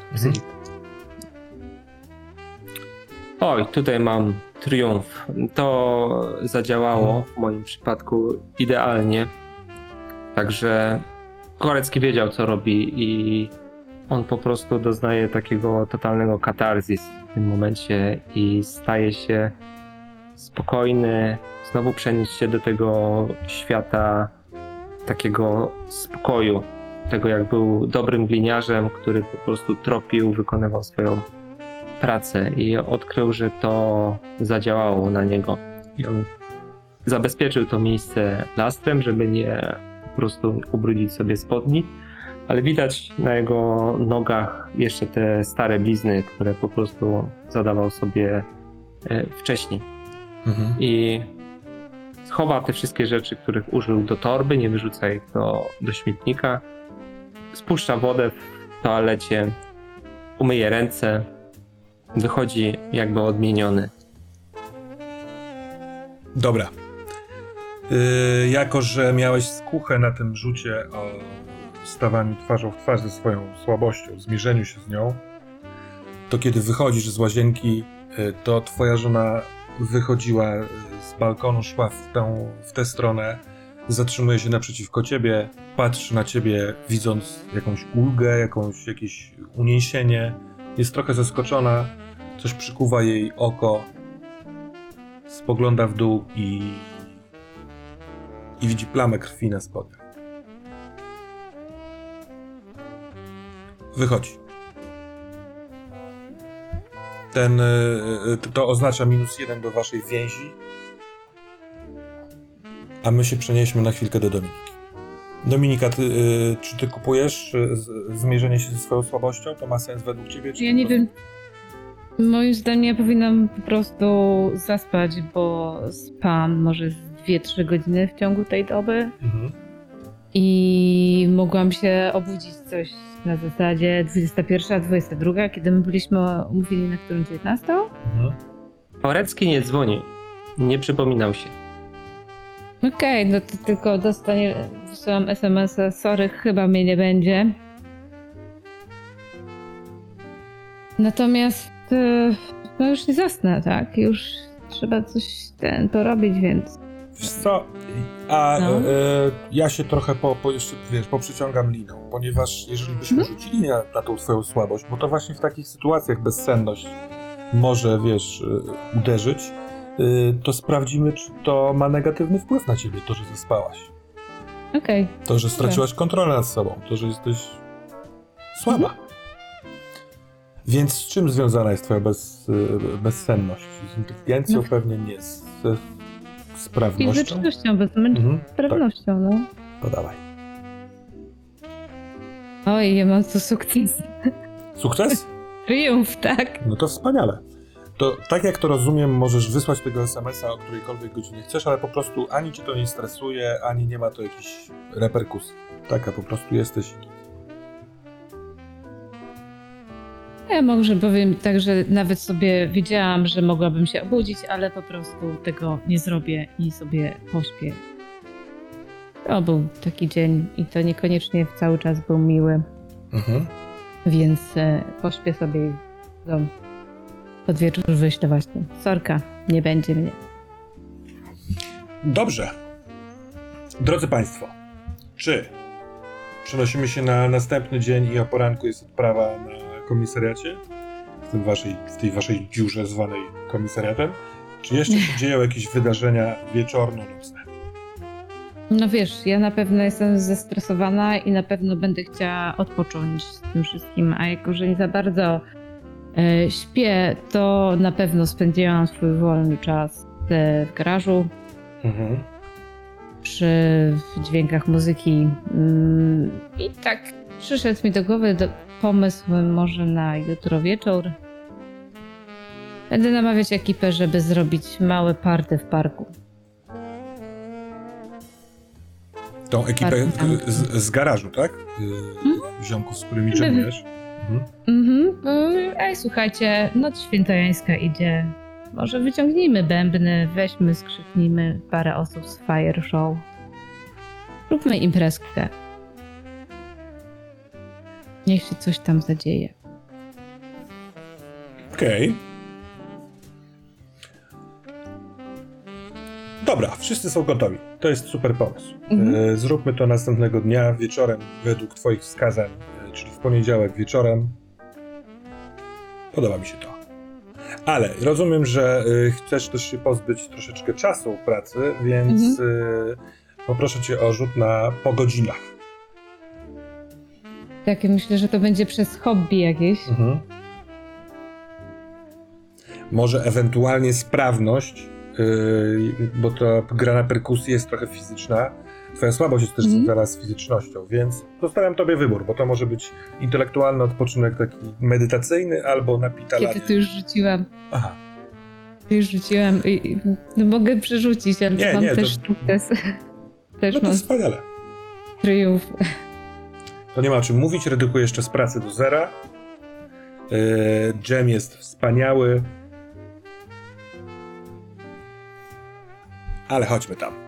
Speaker 3: Oj, tutaj mam triumf. To zadziałało w moim przypadku idealnie. Także Korecki wiedział, co robi i on po prostu doznaje takiego totalnego katarzis w tym momencie i staje się spokojny, znowu przeniósł się do tego świata takiego spokoju, tego jak był dobrym gliniarzem, który po prostu tropił, wykonywał swoją pracę i odkrył, że to zadziałało na niego. I on zabezpieczył to miejsce plastrem, żeby nie po prostu ubrudzić sobie spodni, ale widać na jego nogach jeszcze te stare blizny, które po prostu zadawał sobie wcześniej.
Speaker 1: Mhm.
Speaker 3: I schowa te wszystkie rzeczy, których użył, do torby, nie wyrzuca ich do śmietnika. Spuszcza wodę w toalecie, umyje ręce, wychodzi jakby odmieniony.
Speaker 1: Dobra. Jako, że miałeś skuchę na tym rzucie o stawaniu twarzą w twarz ze swoją słabością, zmierzeniu się z nią, to kiedy wychodzisz z łazienki, to twoja żona wychodziła z balkonu, szła w tę stronę, zatrzymuje się naprzeciwko ciebie, patrzy na ciebie, widząc jakąś ulgę, jakieś uniesienie, jest trochę zaskoczona, coś przykuwa jej oko, spogląda w dół i widzi plamę krwi na spodniach. Wychodzi. To oznacza -1 do waszej więzi. A my się przenieśmy na chwilkę do Dominiki. Dominika, czy ty kupujesz zmierzenie się ze swoją słabością? To ma sens według ciebie? Czy
Speaker 2: Ja
Speaker 1: po
Speaker 2: nie
Speaker 1: prostu-
Speaker 2: wiem. Moim zdaniem ja powinnam po prostu zaspać, bo spam może z 2-3 godziny w ciągu tej doby
Speaker 1: Mhm.
Speaker 2: i mogłam się obudzić coś na zasadzie 21, 22, kiedy my byliśmy umówieni na którą 19?
Speaker 1: Mhm.
Speaker 3: Orecki nie dzwoni. Nie przypominał się.
Speaker 2: Okej, no to tylko wysyłam SMS-a, sorry, chyba mnie nie będzie. Natomiast no już nie zasnę, tak? Już trzeba coś porobić, więc...
Speaker 1: Wiesz co,
Speaker 2: No.
Speaker 1: ja się trochę jeszcze, poprzyciągam liną, ponieważ jeżeli byśmy rzucili na tą twoją słabość, bo to właśnie w takich sytuacjach bezsenność może, uderzyć, to sprawdzimy, czy to ma negatywny wpływ na ciebie, to, że zaspałaś.
Speaker 2: Okej.
Speaker 1: To, że straciłaś kontrolę nad sobą, to, że jesteś słaba. Więc z czym związana jest twoja bezsenność? Z inteligencją?
Speaker 2: No.
Speaker 1: Pewnie nie, ze sprawnością?
Speaker 2: Fizycznością,
Speaker 1: Tak,
Speaker 2: sprawnością, no.
Speaker 1: podawaj.
Speaker 2: Oj, ja mam tu sukces.
Speaker 1: Sukces?
Speaker 2: Triumf, tak?
Speaker 1: No to wspaniale. To tak jak to rozumiem, możesz wysłać tego SMS-a o którejkolwiek godzinie chcesz, ale po prostu ani cię to nie stresuje, ani nie ma to jakichś reperkusji. Taka po prostu jesteś.
Speaker 2: Ja może powiem tak, że nawet sobie wiedziałam, że mogłabym się obudzić, ale po prostu tego nie zrobię i sobie pośpię. To był taki dzień i to niekoniecznie cały czas był miły,
Speaker 1: Mhm.
Speaker 2: więc pośpię sobie i pod wieczór wyślę właśnie. Sorka, nie będzie mnie.
Speaker 1: Dobrze. Drodzy Państwo, czy przenosimy się na następny dzień i o poranku jest odprawa na komisariacie? W tej waszej dziurze zwanej komisariatem? Czy jeszcze się dzieją jakieś wydarzenia wieczorno-nocne?
Speaker 2: No wiesz, ja na pewno jestem zestresowana i na pewno będę chciała odpocząć z tym wszystkim, a jako, że nie za bardzo śpię, to na pewno spędziłam swój wolny czas w garażu,
Speaker 1: Mhm.
Speaker 2: przy dźwiękach muzyki. I tak przyszedł mi do głowy pomysł może na jutro wieczór. Będę namawiać ekipę, żeby zrobić małe party w parku.
Speaker 1: Tą ekipę
Speaker 2: Parku.
Speaker 1: z garażu, tak? Tych ziomków, z którymi dżemujesz? Mhm.
Speaker 2: Ej, słuchajcie, noc świętojańska idzie. Może wyciągnijmy bębny, weźmy, skrzyknijmy parę osób z Fire Show. Róbmy imprezkę. Niech się coś tam zadzieje.
Speaker 1: Okej. Dobra, wszyscy są gotowi. To jest super pomysł. Zróbmy to następnego dnia wieczorem według twoich wskazań, czyli w poniedziałek wieczorem. Podoba mi się to. Ale rozumiem, że chcesz też się pozbyć troszeczkę czasu pracy, więc poproszę cię o rzut po godzinach.
Speaker 2: Tak, myślę, że to będzie przez hobby jakieś.
Speaker 1: Może ewentualnie sprawność, bo ta gra na perkusji jest trochę fizyczna. Twoja słabość jest też związana z fizycznością, więc zostawiam tobie wybór, bo to może być intelektualny odpoczynek taki medytacyjny albo na pitalanie.
Speaker 2: Kiedy to już rzuciłam.
Speaker 1: Aha.
Speaker 2: Już rzuciłam i no mogę przerzucić, ale
Speaker 1: Nie,
Speaker 2: mam
Speaker 1: nie,
Speaker 2: też
Speaker 1: to-
Speaker 2: sukces. Też
Speaker 1: No to
Speaker 2: mam
Speaker 1: wspaniale.
Speaker 2: triumf.
Speaker 1: To nie ma o czym mówić, redukuję jeszcze z pracy do 0. Dżem jest wspaniały. Ale chodźmy tam.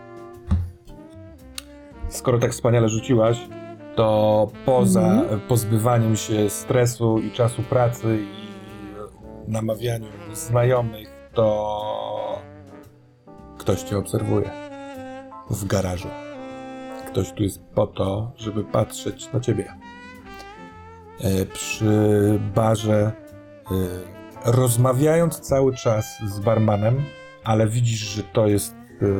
Speaker 1: Skoro tak wspaniale rzuciłaś, to poza pozbywaniem się stresu i czasu pracy i namawianiu znajomych, to ktoś cię obserwuje w garażu. Ktoś tu jest po to, żeby patrzeć na ciebie. Przy barze, rozmawiając cały czas z barmanem, ale widzisz, że to jest,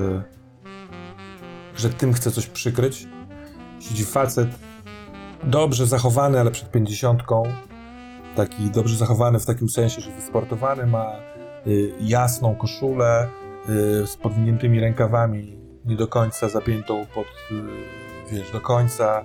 Speaker 1: że tym chce coś przykryć. Siedzi facet, dobrze zachowany, ale przed 50. taki dobrze zachowany w takim sensie, że wysportowany, ma jasną koszulę z podwiniętymi rękawami, nie do końca zapiętą pod, do końca,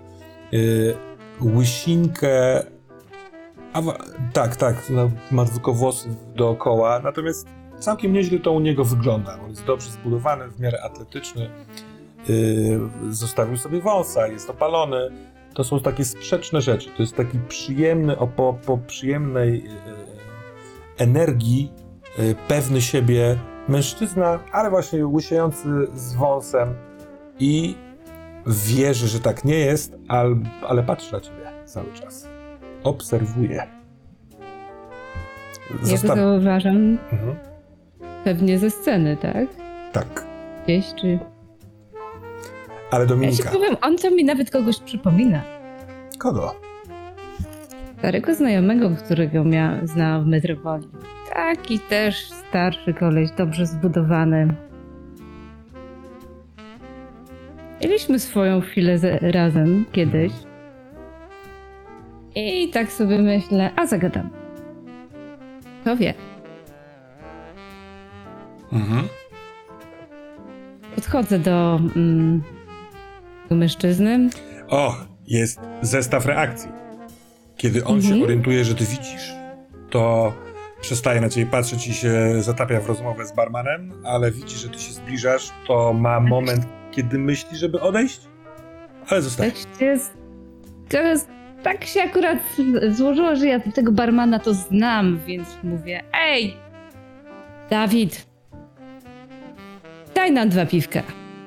Speaker 1: łysinkę, tak, no, ma tylko włosy dookoła, natomiast całkiem nieźle to u niego wygląda. On jest dobrze zbudowany, w miarę atletyczny, zostawił sobie wąsa, jest opalony. To są takie sprzeczne rzeczy. To jest taki przyjemny, po przyjemnej energii, pewny siebie mężczyzna, ale właśnie łysiejący z wąsem i wierzy, że tak nie jest, ale patrzy na ciebie cały czas. Obserwuje.
Speaker 2: Ja go zauważam
Speaker 1: Mhm.
Speaker 2: pewnie ze sceny, tak?
Speaker 1: Tak.
Speaker 2: Gdzieś, czy...
Speaker 1: Ale
Speaker 2: Ja ci
Speaker 1: Dominika.
Speaker 2: powiem, on to mi nawet kogoś przypomina.
Speaker 1: Kogo?
Speaker 2: Starego znajomego, którego znałam w metropolii. Taki też starszy koleś, dobrze zbudowany. Mieliśmy swoją chwilę razem kiedyś. I tak sobie myślę, a zagadam. Kto wie?
Speaker 1: Mhm.
Speaker 2: Podchodzę do mężczyzny.
Speaker 1: O, jest zestaw reakcji. Kiedy on się orientuje, że ty widzisz, to przestaje na ciebie patrzeć i się zatapia w rozmowę z barmanem, ale widzi, że ty się zbliżasz, to ma moment, kiedy myśli, żeby odejść, ale zostaje.
Speaker 2: Tak się akurat złożyło, że ja tego barmana to znam, więc mówię, ej, Dawid, daj nam 2 piwka.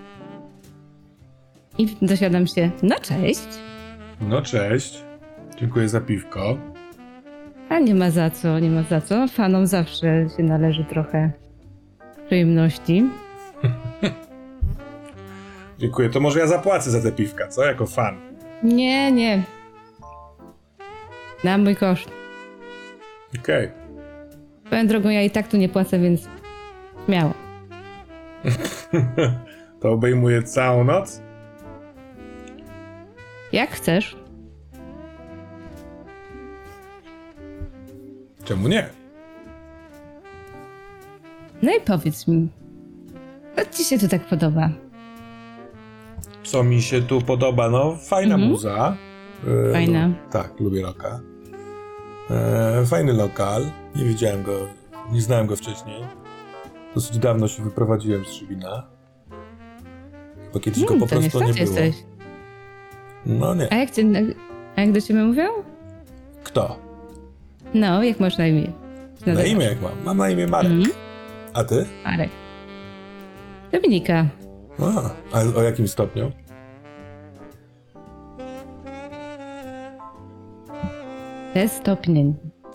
Speaker 2: I dosiadam się, no cześć.
Speaker 1: No cześć, dziękuję za piwko.
Speaker 2: A nie ma za co, nie ma za co. No, fanom zawsze się należy trochę przyjemności.
Speaker 1: Dziękuję, to może ja zapłacę za te piwka, co? Jako fan.
Speaker 2: Nie. Na mój koszt.
Speaker 1: Okej.
Speaker 2: Swoją drogą ja i tak tu nie płacę, więc śmiało.
Speaker 1: To obejmuje całą noc?
Speaker 2: Jak chcesz.
Speaker 1: Czemu nie?
Speaker 2: No i powiedz mi, co ci się tu tak podoba?
Speaker 1: Co mi się tu podoba? No, fajna muza.
Speaker 2: Fajna.
Speaker 1: No, tak, lubię rocka. Fajny lokal. Nie widziałem go, nie znałem go wcześniej. Dosyć dawno się wyprowadziłem z Szybina. Bo kiedyś go po
Speaker 2: to
Speaker 1: prostu nie było.
Speaker 2: jesteś.
Speaker 1: No nie.
Speaker 2: A jak do ciebie mówią?
Speaker 1: Kto?
Speaker 2: No, jak masz na imię?
Speaker 1: Na imię jak mam? Mam na imię Marek. A ty?
Speaker 2: Marek. Dominika.
Speaker 1: A o jakim stopniu?
Speaker 2: Bez stopnień.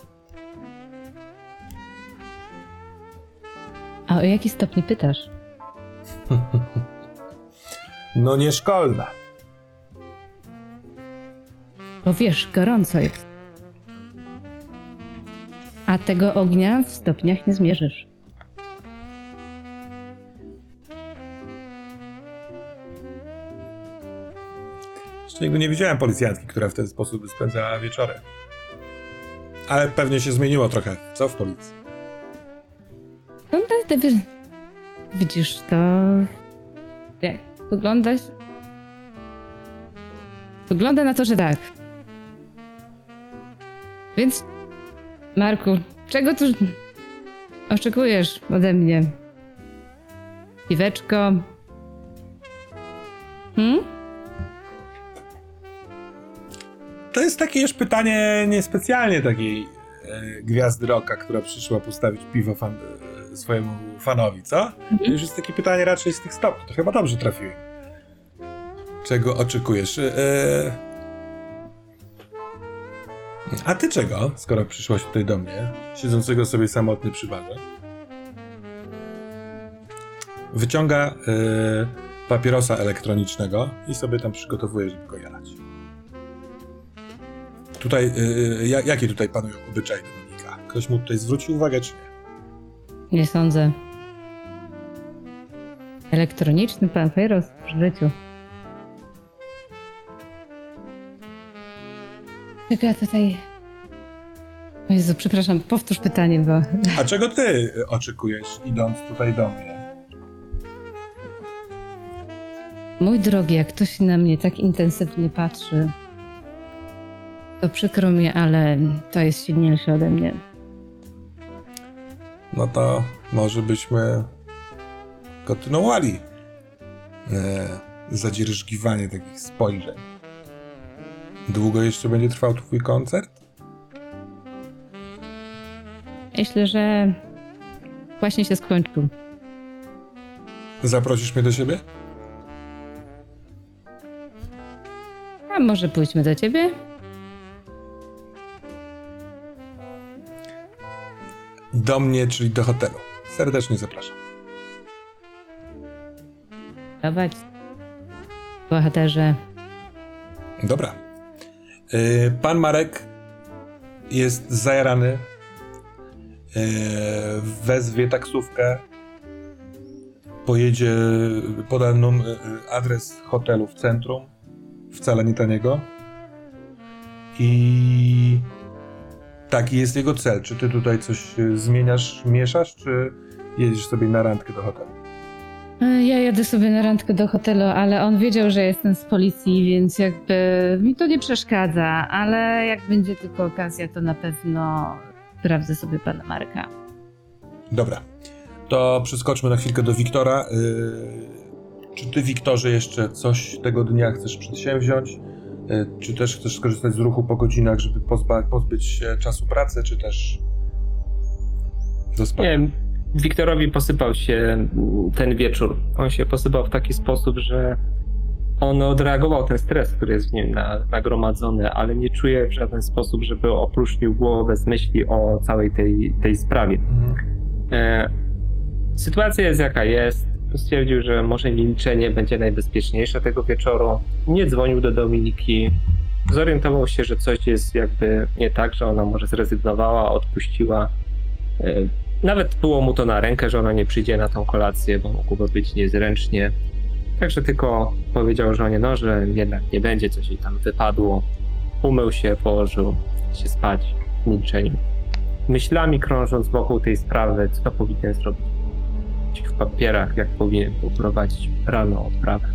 Speaker 2: A o jaki stopni pytasz?
Speaker 1: No nie szkolna.
Speaker 2: Bo wiesz, gorąco jest. A tego ognia w stopniach nie zmierzysz.
Speaker 1: Jeszcze nigdy nie widziałem policjantki, która w ten sposób spędzała wieczory. Ale pewnie się zmieniło trochę. Co w policji?
Speaker 2: No, ty widzisz to... Jak wyglądać? Wygląda na to, że tak. Więc, Marku, czego tu oczekujesz ode mnie? Piweczko?
Speaker 1: To jest takie już pytanie niespecjalnie takiej gwiazdy rocka, która przyszła postawić piwo swojemu fanowi, co? To już jest takie pytanie raczej z tych stopni. To chyba dobrze trafiłem. Czego oczekujesz? A ty czego, skoro przyszłaś tutaj do mnie, siedzącego sobie samotny przy barze? Wyciąga papierosa elektronicznego i sobie tam przygotowuje, żeby go jarać. Tutaj, jakie tutaj panują obyczaje Dominika? Ktoś mu tutaj zwrócił uwagę, czy nie?
Speaker 2: Nie sądzę. Elektroniczny papieros w życiu. Tylko ja tutaj Jezu, przepraszam, powtórz pytanie, bo...
Speaker 1: A czego ty oczekujesz, idąc tutaj do mnie?
Speaker 2: Mój drogi, jak ktoś na mnie tak intensywnie patrzy, to przykro mi, ale to jest silniejsze ode mnie.
Speaker 1: No to może byśmy kontynuowali zadzierżgiwanie takich spojrzeń. Długo jeszcze będzie trwał twój koncert?
Speaker 2: Myślę, że właśnie się skończył.
Speaker 1: Zaprosisz mnie do siebie?
Speaker 2: A może pójdźmy do ciebie?
Speaker 1: Do mnie, czyli do hotelu. Serdecznie zapraszam.
Speaker 2: Dawać. Bohaterze.
Speaker 1: Dobra. Pan Marek jest zajarany. Wezwie taksówkę. Pojedzie, poda adres hotelu w centrum. Wcale nie taniego. I taki jest jego cel. Czy ty tutaj coś zmieniasz, mieszasz, czy jedziesz sobie na randkę do hotelu?
Speaker 2: Ja jadę sobie na randkę do hotelu, ale on wiedział, że jestem z policji, więc jakby mi to nie przeszkadza, ale jak będzie tylko okazja, to na pewno sprawdzę sobie pana Marka.
Speaker 1: Dobra. To przeskoczmy na chwilkę do Wiktora. Czy ty, Wiktorze, jeszcze coś tego dnia chcesz przedsięwziąć? Czy też chcesz skorzystać z ruchu po godzinach, żeby pozbyć się czasu pracy, czy też do spania?
Speaker 3: Nie, Wiktorowi posypał się ten wieczór. On się posypał w taki sposób, że on odreagował ten stres, który jest w nim nagromadzony, ale nie czuje w żaden sposób, żeby opróżnił głowę z myśli o całej tej sprawie. Sytuacja jest jaka jest. Stwierdził, że może milczenie będzie najbezpieczniejsze tego wieczoru. Nie dzwonił do Dominiki. Zorientował się, że coś jest jakby nie tak, że ona może zrezygnowała, odpuściła. Nawet było mu to na rękę, że ona nie przyjdzie na tą kolację, bo mogłoby być niezręcznie. Także tylko powiedział żonie, no, że jednak nie będzie, coś jej tam wypadło. Umył się, położył się spać w milczeniu. Myślami krążąc wokół tej sprawy, co powinien zrobić w papierach, jak powinien poprowadzić realną odprawę.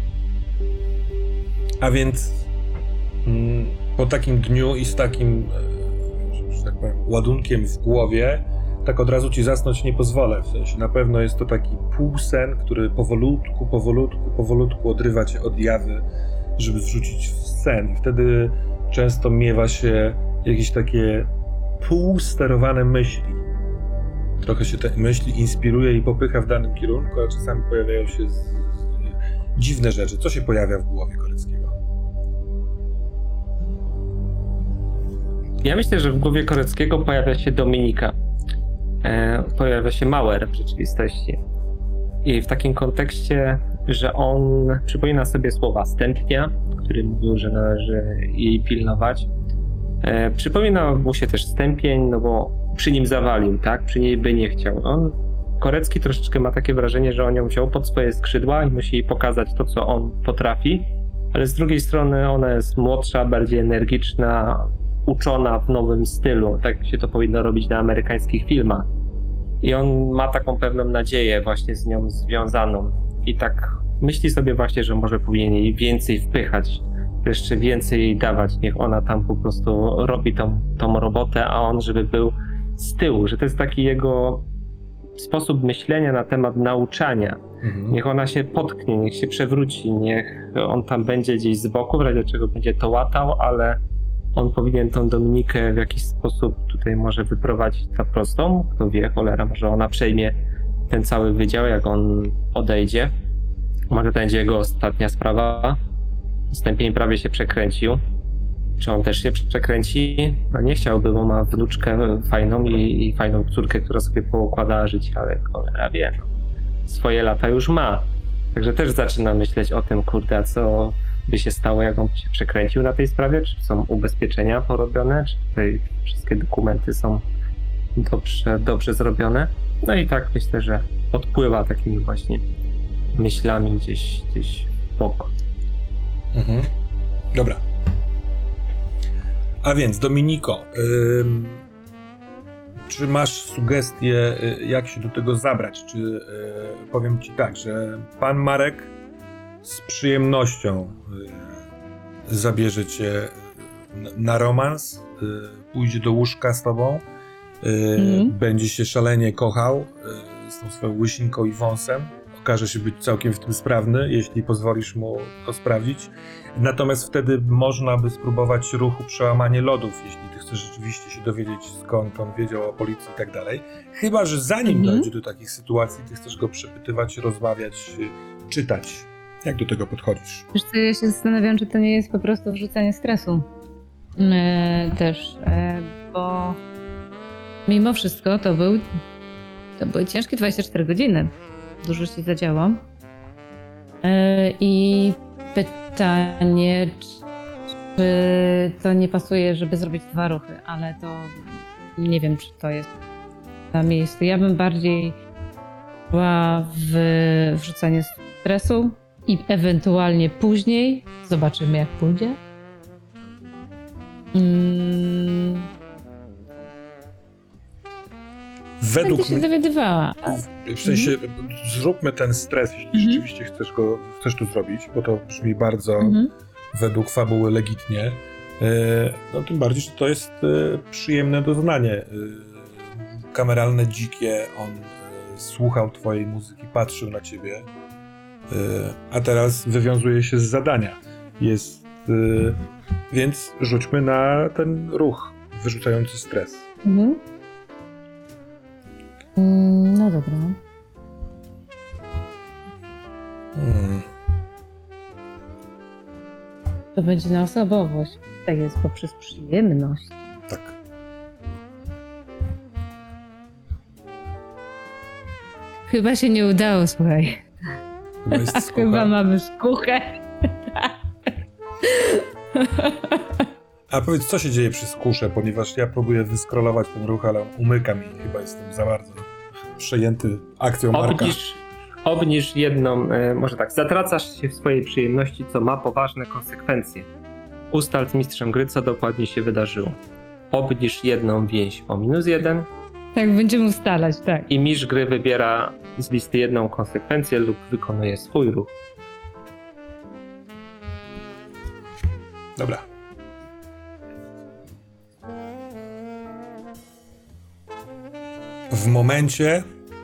Speaker 1: A więc po takim dniu i z takim, że tak powiem, ładunkiem w głowie, tak od razu ci zasnąć nie pozwolę. W sensie na pewno jest to taki półsen, który powolutku odrywa cię od jawy, żeby wrzucić w sen. I wtedy często miewa się jakieś takie półsterowane myśli. Trochę się te myśli inspiruje i popycha w danym kierunku, a czasami pojawiają się dziwne rzeczy. Co się pojawia w głowie Koreckiego?
Speaker 3: Ja myślę, że w głowie Koreckiego pojawia się Dominika. Pojawia się Mauer w rzeczywistości. I w takim kontekście, że on przypomina sobie słowa Stępnia, który mówił, że należy jej pilnować. Przypomina mu się też Stępień, no bo przy nim zawalił, tak? Przy niej by nie chciał. Korecki troszeczkę ma takie wrażenie, że on ją wziął pod swoje skrzydła i musi jej pokazać to, co on potrafi, ale z drugiej strony ona jest młodsza, bardziej energiczna, uczona w nowym stylu, tak się to powinno robić na amerykańskich filmach. I on ma taką pewną nadzieję właśnie z nią związaną i tak myśli sobie właśnie, że może powinien jej więcej wpychać, jeszcze więcej jej dawać, niech ona tam po prostu robi tą robotę, a on żeby był z tyłu, że to jest taki jego sposób myślenia na temat nauczania. Niech ona się potknie, niech się przewróci, niech on tam będzie gdzieś z boku, w razie czego będzie to łatał, ale on powinien tą Dominikę w jakiś sposób tutaj może wyprowadzić na prostą. Kto wie, cholera, może ona przejmie ten cały wydział, jak on odejdzie. Może to będzie jego ostatnia sprawa. Stępień prawie się przekręcił. Czy on też się przekręci? No nie chciałby, bo ma wnuczkę fajną i fajną córkę, która sobie poukładała życie, ale cholera wie, no. Swoje lata już ma. Także też zaczyna myśleć o tym, kurde, a co by się stało, jak on się przekręcił na tej sprawie? Czy są ubezpieczenia porobione? Czy tutaj wszystkie dokumenty są dobrze zrobione? No i tak myślę, że odpływa takimi właśnie myślami gdzieś w bok.
Speaker 1: Dobra. A więc, Dominiko, Czy masz sugestie, jak się do tego zabrać? Czy powiem ci tak, że pan Marek z przyjemnością zabierze cię na romans, pójdzie do łóżka z tobą, będzie się szalenie kochał z tą swoją łysinką i wąsem. Okaże się być całkiem w tym sprawny, jeśli pozwolisz mu to sprawdzić. Natomiast wtedy można by spróbować ruchu przełamanie lodów, jeśli ty chcesz rzeczywiście się dowiedzieć, skąd on wiedział o policji i tak dalej. Chyba że zanim dojdzie do takich sytuacji, ty chcesz go przepytywać, rozmawiać, czytać. Jak do tego podchodzisz?
Speaker 2: Wiesz co, ja się zastanawiam, czy to nie jest po prostu wrzucanie stresu. Też, bo mimo wszystko to były ciężkie 24 godziny. Dużo się zadziało. I pytanie, czy to nie pasuje, żeby zrobić 2 ruchy, ale to nie wiem, czy to jest na miejscu. Ja bym bardziej była w wrzucanie stresu i ewentualnie później zobaczymy, jak pójdzie.
Speaker 1: Według
Speaker 2: Będę się
Speaker 1: mnie,
Speaker 2: dowiadywała.
Speaker 1: w sensie, zróbmy ten stres, jeśli rzeczywiście chcesz to zrobić, bo to brzmi bardzo według fabuły legitnie. No tym bardziej, że to jest przyjemne doznanie. Kameralne, dzikie, on słuchał twojej muzyki, patrzył na ciebie, a teraz wywiązuje się z zadania. Więc rzućmy na ten ruch wyrzucający stres.
Speaker 2: No dobra. To będzie na osobowość. Tak jest, poprzez przyjemność.
Speaker 1: Tak.
Speaker 2: Chyba się nie udało, słuchaj.
Speaker 1: Chyba jest skucha.
Speaker 2: Chyba mamy skuchę.
Speaker 1: A powiedz, co się dzieje przy skusze, ponieważ ja próbuję wyskrolować ten ruch, ale on umyka mi. Chyba jestem za bardzo przejęty akcją Marka.
Speaker 3: Obniż jedną, może tak, zatracasz się w swojej przyjemności, co ma poważne konsekwencje. Ustal z mistrzem gry, co dokładnie się wydarzyło. Obniż jedną więź o -1
Speaker 2: Tak, będziemy ustalać, tak.
Speaker 3: i mistrz gry wybiera z listy jedną konsekwencję lub wykonuje swój ruch.
Speaker 1: Dobra. W momencie,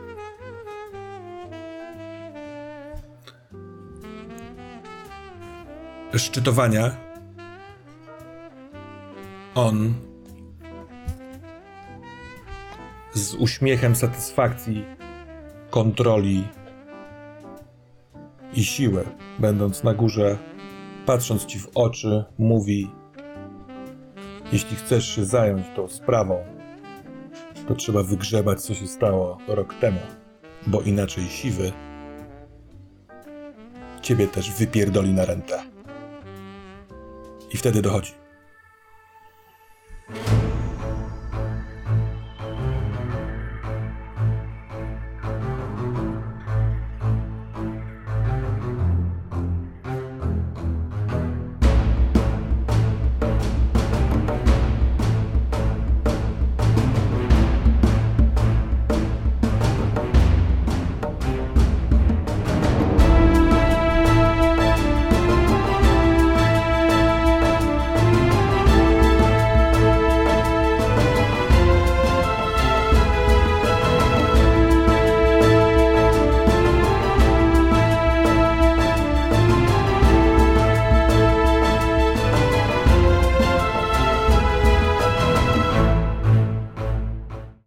Speaker 1: szczytowania on z uśmiechem satysfakcji, kontroli i siły, będąc na górze, patrząc ci w oczy, mówi: jeśli chcesz się zająć tą sprawą, to trzeba wygrzebać, co się stało rok temu, bo inaczej siwy ciebie też wypierdoli na rentę. I wtedy dochodzi.